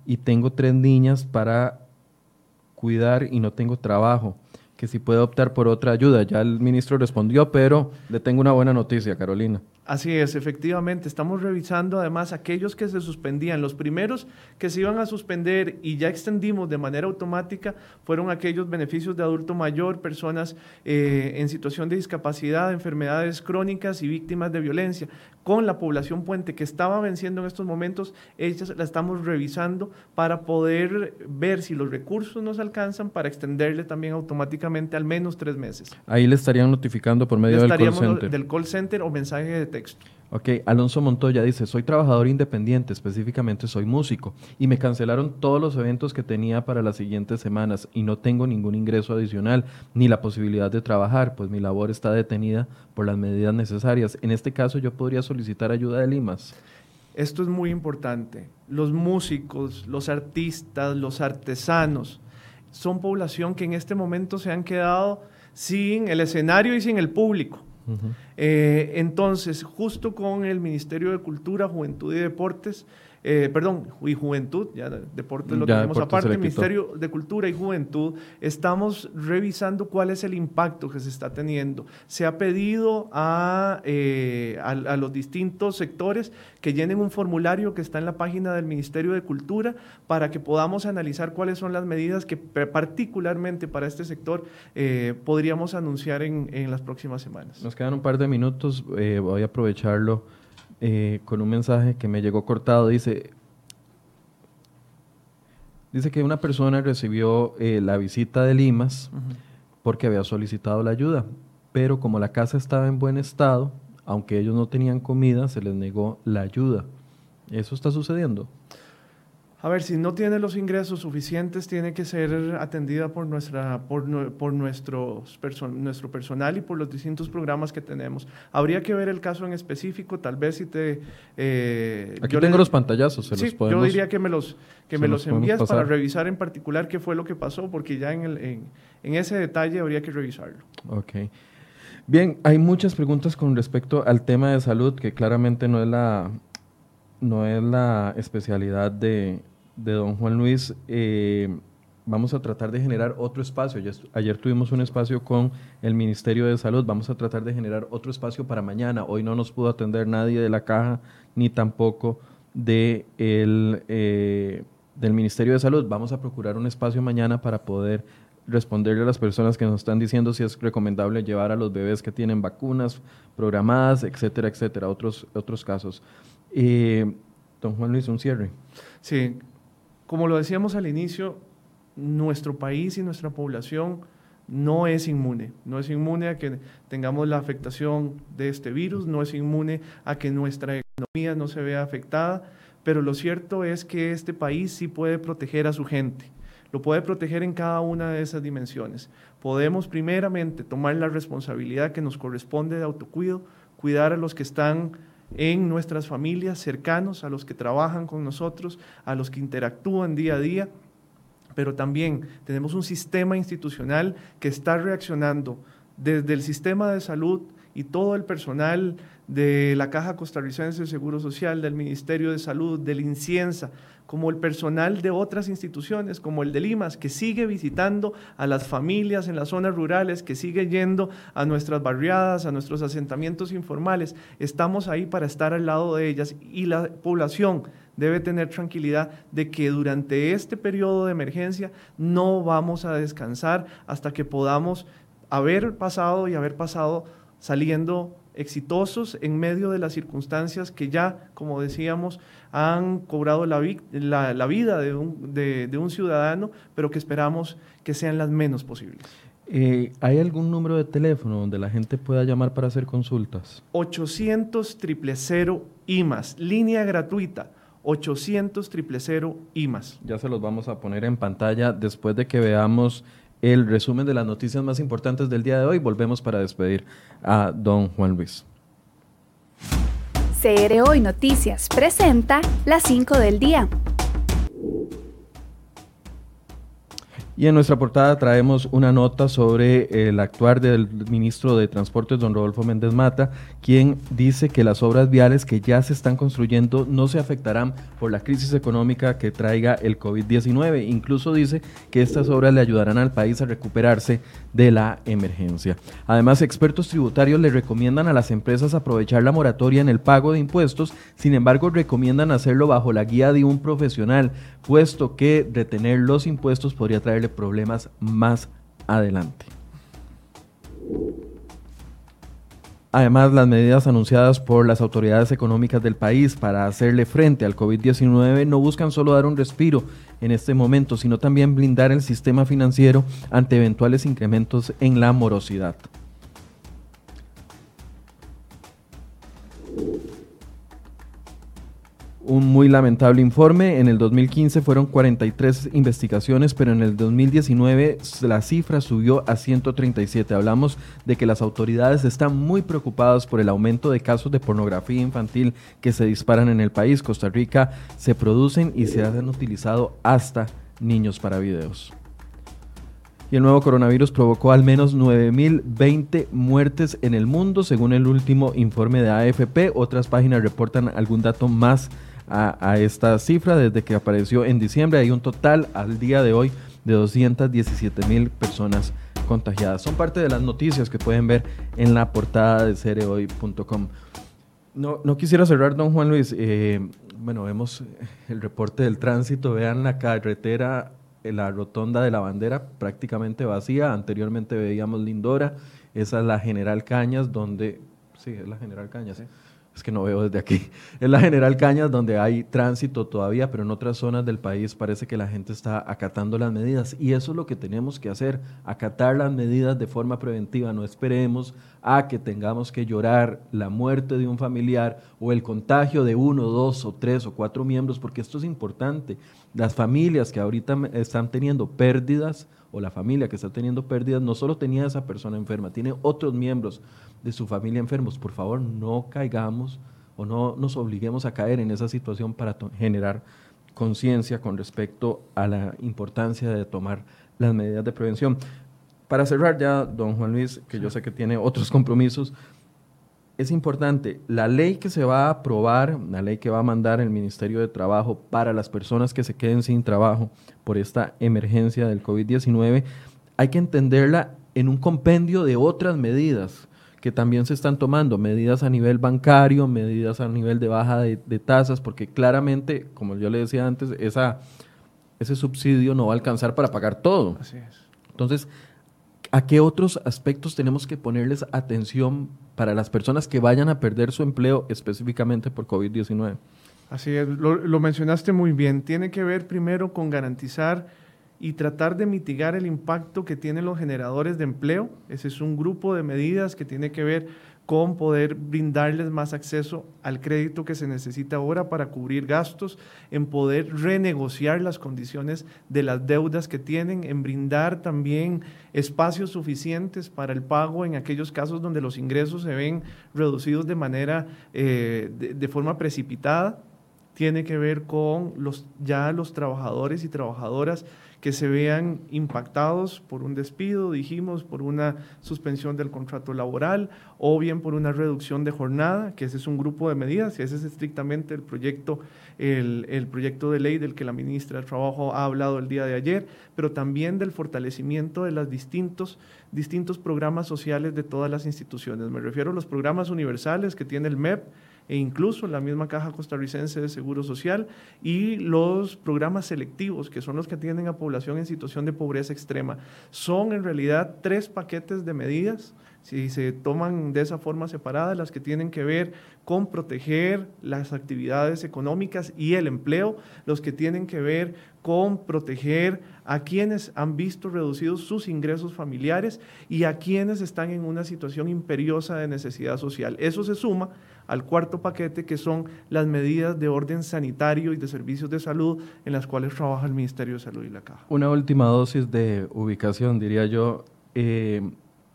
y tengo tres niñas para cuidar y no tengo trabajo, que si puede optar por otra ayuda. Ya el ministro respondió, pero le tengo una buena noticia, Carolina. Así es, efectivamente, estamos revisando además aquellos que se suspendían. Los primeros que se iban a suspender y ya extendimos de manera automática fueron aquellos beneficios de adulto mayor, personas eh, en situación de discapacidad, enfermedades crónicas y víctimas de violencia. Con la población puente que estaba venciendo en estos momentos, ellas la estamos revisando para poder ver si los recursos nos alcanzan para extenderle también automáticamente al menos tres meses. Ahí le estarían notificando por medio del call center. Del call center o mensaje de texto. Ok, Alonso Montoya dice, soy trabajador independiente, específicamente soy músico, y me cancelaron todos los eventos que tenía para las siguientes semanas y no tengo ningún ingreso adicional ni la posibilidad de trabajar, pues mi labor está detenida por las medidas necesarias. En este caso, ¿yo podría solicitar ayuda del I M A S? Esto es muy importante. Los músicos, los artistas, los artesanos, son población que en este momento se han quedado sin el escenario y sin el público. Uh-huh. Eh, entonces, justo con el Ministerio de Cultura, Juventud y Deportes, eh, perdón, y Juventud, ya Deportes lo ya tenemos aparte, el Ministerio de Cultura y Juventud, estamos revisando cuál es el impacto que se está teniendo. Se ha pedido a, eh, a, a los distintos sectores que llenen un formulario que está en la página del Ministerio de Cultura para que podamos analizar cuáles son las medidas que particularmente para este sector eh, podríamos anunciar en, en las próximas semanas. Nos quedan un par de minutos, eh, voy a aprovecharlo eh, con un mensaje que me llegó cortado. Dice, dice que una persona recibió eh, la visita del I M A S uh-huh. porque había solicitado la ayuda, pero como la casa estaba en buen estado, aunque ellos no tenían comida, se les negó la ayuda. ¿Eso está sucediendo? A ver, si no tiene los ingresos suficientes, tiene que ser atendida por, nuestra, por, por nuestros perso- nuestro personal y por los distintos programas que tenemos. Habría que ver el caso en específico, tal vez si te... Eh, Aquí tengo le, los pantallazos, se sí, los podemos... yo diría que me los, que me los envías para revisar en particular qué fue lo que pasó, porque ya en, el, en, en ese detalle habría que revisarlo. Ok. Bien, hay muchas preguntas con respecto al tema de salud, que claramente no es la, no es la especialidad de... de don Juan Luis. Eh, vamos a tratar de generar otro espacio. Ayer, ayer tuvimos un espacio con el Ministerio de Salud, vamos a tratar de generar otro espacio para mañana. Hoy no nos pudo atender nadie de la Caja, ni tampoco de el, eh, del Ministerio de Salud. Vamos a procurar un espacio mañana para poder responderle a las personas que nos están diciendo si es recomendable llevar a los bebés que tienen vacunas programadas, etcétera, etcétera, otros, otros casos. Eh, don Juan Luis, un cierre. Sí. Como lo decíamos al inicio, nuestro país y nuestra población no es inmune, no es inmune a que tengamos la afectación de este virus, no es inmune a que nuestra economía no se vea afectada, pero lo cierto es que este país sí puede proteger a su gente, lo puede proteger en cada una de esas dimensiones. Podemos primeramente tomar la responsabilidad que nos corresponde de autocuido, cuidar a los que están en nuestras familias, cercanos, a los que trabajan con nosotros, a los que interactúan día a día, pero también tenemos un sistema institucional que está reaccionando desde el sistema de salud y todo el personal de la Caja Costarricense de Seguro Social, del Ministerio de Salud, del INCIENSA, como el personal de otras instituciones, como el del I M A S, que sigue visitando a las familias en las zonas rurales, que sigue yendo a nuestras barriadas, a nuestros asentamientos informales. Estamos ahí para estar al lado de ellas y la población debe tener tranquilidad de que durante este periodo de emergencia no vamos a descansar hasta que podamos haber pasado y haber pasado saliendo exitosos en medio de las circunstancias que ya, como decíamos, han cobrado la, vi- la, la vida de un, de, de un ciudadano, pero que esperamos que sean las menos posibles. Eh, ¿Hay algún número de teléfono donde la gente pueda llamar para hacer consultas? ochocientos, cero cero I M A S, línea gratuita, ochocientos, cero cero I M A S. Ya se los vamos a poner en pantalla después de que veamos el resumen de las noticias más importantes del día de hoy. Volvemos para despedir a don Juan Luis. C R Hoy Noticias presenta las cinco del día. Y en nuestra portada traemos una nota sobre el actuar del ministro de Transportes, don Rodolfo Méndez Mata, quien dice que las obras viales que ya se están construyendo no se afectarán por la crisis económica que traiga el COVID diecinueve. Incluso dice que estas obras le ayudarán al país a recuperarse de la emergencia. Además, expertos tributarios le recomiendan a las empresas aprovechar la moratoria en el pago de impuestos, sin embargo recomiendan hacerlo bajo la guía de un profesional, puesto que retener los impuestos podría traerle problemas más adelante. Además, las medidas anunciadas por las autoridades económicas del país para hacerle frente al COVID diecinueve no buscan solo dar un respiro en este momento, sino también blindar el sistema financiero ante eventuales incrementos en la morosidad. Un muy lamentable informe. En el dos mil quince fueron cuarenta y tres investigaciones, pero en el dos mil diecinueve la cifra subió a ciento treinta y siete. Hablamos de que las autoridades están muy preocupadas por el aumento de casos de pornografía infantil que se disparan en el país. Costa Rica se producen y se han utilizado hasta niños para videos. Y el nuevo coronavirus provocó al menos nueve mil veinte muertes en el mundo, según el último informe de A F P. Otras páginas reportan algún dato más A, a esta cifra. Desde que apareció en diciembre hay un total al día de hoy de doscientas diecisiete mil personas contagiadas. Son parte de las noticias que pueden ver en la portada de cereoy punto com. No, no quisiera cerrar, don Juan Luis. Eh, bueno, vemos el reporte del tránsito. Vean la carretera, la rotonda de la Bandera prácticamente vacía. Anteriormente veíamos Lindora. Esa es la General Cañas, donde... Sí, es la General Cañas, ¿sí? Es que no veo desde aquí. Es la General Cañas donde hay tránsito todavía, pero en otras zonas del país parece que la gente está acatando las medidas, y eso es lo que tenemos que hacer, acatar las medidas de forma preventiva. No esperemos a que tengamos que llorar la muerte de un familiar o el contagio de uno, dos o tres o cuatro miembros, porque esto es importante. Las familias que ahorita están teniendo pérdidas, o la familia que está teniendo pérdidas, no solo tenía esa persona enferma, tiene otros miembros de su familia enfermos. Por favor, no caigamos o no nos obliguemos a caer en esa situación para generar conciencia con respecto a la importancia de tomar las medidas de prevención. Para cerrar ya, don Juan Luis, que yo sé que tiene otros compromisos, es importante, la ley que se va a aprobar, la ley que va a mandar el Ministerio de Trabajo para las personas que se queden sin trabajo por esta emergencia del COVID diecinueve, hay que entenderla en un compendio de otras medidas que también se están tomando, medidas a nivel bancario, medidas a nivel de baja de, de tasas, porque claramente, como yo le decía antes, esa, ese subsidio no va a alcanzar para pagar todo. Así es. Entonces, ¿a qué otros aspectos tenemos que ponerles atención para las personas que vayan a perder su empleo específicamente por COVID diecinueve? Así es, lo, lo mencionaste muy bien. Tiene que ver primero con garantizar y tratar de mitigar el impacto que tienen los generadores de empleo. Ese es un grupo de medidas que tiene que ver con poder brindarles más acceso al crédito que se necesita ahora para cubrir gastos, en poder renegociar las condiciones de las deudas que tienen, en brindar también espacios suficientes para el pago en aquellos casos donde los ingresos se ven reducidos de manera, eh, de, de forma precipitada. Tiene que ver con los, ya los trabajadores y trabajadoras que se vean impactados por un despido, dijimos, por una suspensión del contrato laboral o bien por una reducción de jornada, que ese es un grupo de medidas, y ese es estrictamente el proyecto, el, el proyecto de ley del que la ministra del Trabajo ha hablado el día de ayer, pero también del fortalecimiento de los distintos, distintos programas sociales de todas las instituciones. Me refiero a los programas universales que tiene el M E P, e incluso la misma Caja Costarricense de Seguro Social, y los programas selectivos, que son los que atienden a población en situación de pobreza extrema. Son en realidad tres paquetes de medidas, si se toman de esa forma separada, las que tienen que ver con proteger las actividades económicas y el empleo, los que tienen que ver con proteger a quienes han visto reducidos sus ingresos familiares y a quienes están en una situación imperiosa de necesidad social. Eso se suma al cuarto paquete, que son las medidas de orden sanitario y de servicios de salud en las cuales trabaja el Ministerio de Salud y la Caja. Una última dosis de ubicación, diría yo. Eh,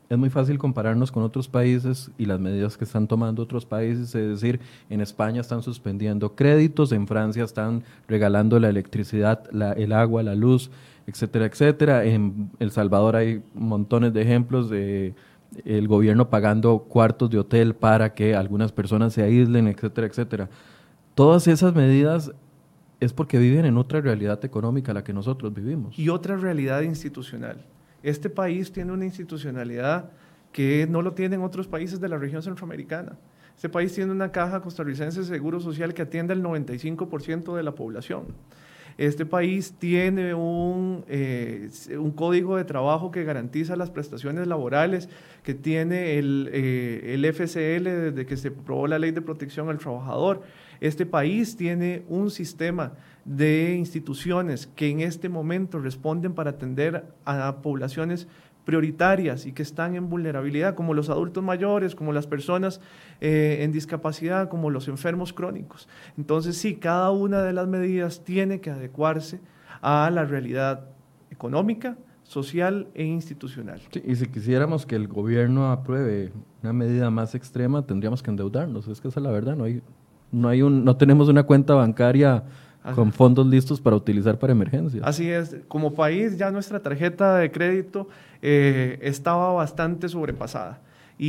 es muy fácil compararnos con otros países y las medidas que están tomando otros países, es decir, en España están suspendiendo créditos, en Francia están regalando la electricidad, la, el agua, la luz, etcétera, etcétera. En El Salvador hay montones de ejemplos de el gobierno pagando cuartos de hotel para que algunas personas se aíslen, etcétera, etcétera. Todas esas medidas es porque viven en otra realidad económica a la que nosotros vivimos. Y otra realidad institucional. Este país tiene una institucionalidad que no lo tienen otros países de la región centroamericana. Este país tiene una caja costarricense de seguro social que atiende al noventa y cinco por ciento de la población. Este país tiene un, eh, un código de trabajo que garantiza las prestaciones laborales, que tiene el, eh, el F C L desde que se aprobó la Ley de Protección al Trabajador. Este país tiene un sistema de instituciones que en este momento responden para atender a poblaciones prioritarias y que están en vulnerabilidad, como los adultos mayores, como las personas eh, en discapacidad, como los enfermos crónicos. Entonces, sí, cada una de las medidas tiene que adecuarse a la realidad económica, social e institucional. Sí, y si quisiéramos que el gobierno apruebe una medida más extrema, tendríamos que endeudarnos. Es que esa es la verdad, no hay, no hay un, no tenemos una cuenta bancaria con fondos listos para utilizar para emergencias. Así es, como país ya nuestra tarjeta de crédito eh, estaba bastante sobrepasada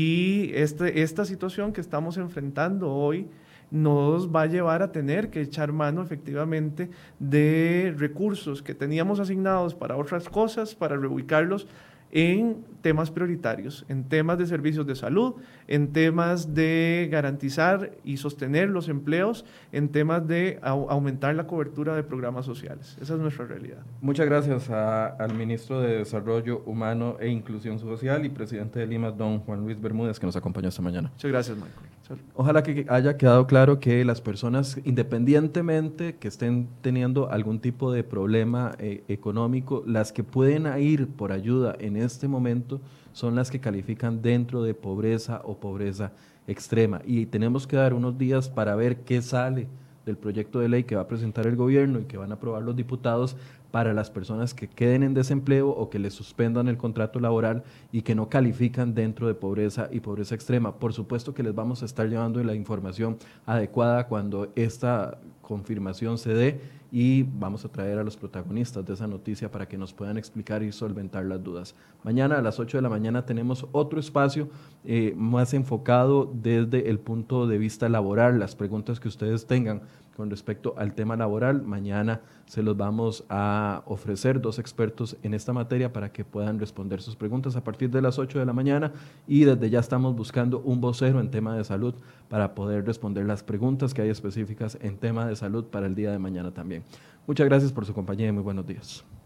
y este, esta situación que estamos enfrentando hoy nos va a llevar a tener que echar mano efectivamente de recursos que teníamos asignados para otras cosas, para reubicarlos en temas prioritarios, en temas de servicios de salud, en temas de garantizar y sostener los empleos, en temas de au- aumentar la cobertura de programas sociales. Esa es nuestra realidad. Muchas gracias a, al ministro de Desarrollo Humano e Inclusión Social y presidente de Lima, don Juan Luis Bermúdez, que nos acompañó esta mañana. Muchas gracias, Michael. Ojalá que haya quedado claro que las personas, independientemente que estén teniendo algún tipo de problema eh, económico, las que pueden ir por ayuda en este momento son las que califican dentro de pobreza o pobreza extrema. Y tenemos que dar unos días para ver qué sale del proyecto de ley que va a presentar el gobierno y que van a aprobar los diputados para las personas que queden en desempleo o que les suspendan el contrato laboral y que no califican dentro de pobreza y pobreza extrema. Por supuesto que les vamos a estar llevando la información adecuada cuando esta confirmación se dé y vamos a traer a los protagonistas de esa noticia para que nos puedan explicar y solventar las dudas. Mañana a las ocho de la mañana tenemos otro espacio eh, más enfocado desde el punto de vista laboral, las preguntas que ustedes tengan con respecto al tema laboral. Mañana se los vamos a ofrecer dos expertos en esta materia para que puedan responder sus preguntas a partir de las ocho de la mañana y desde ya estamos buscando un vocero en tema de salud para poder responder las preguntas que hay específicas en tema de salud para el día de mañana también. Muchas gracias por su compañía y muy buenos días.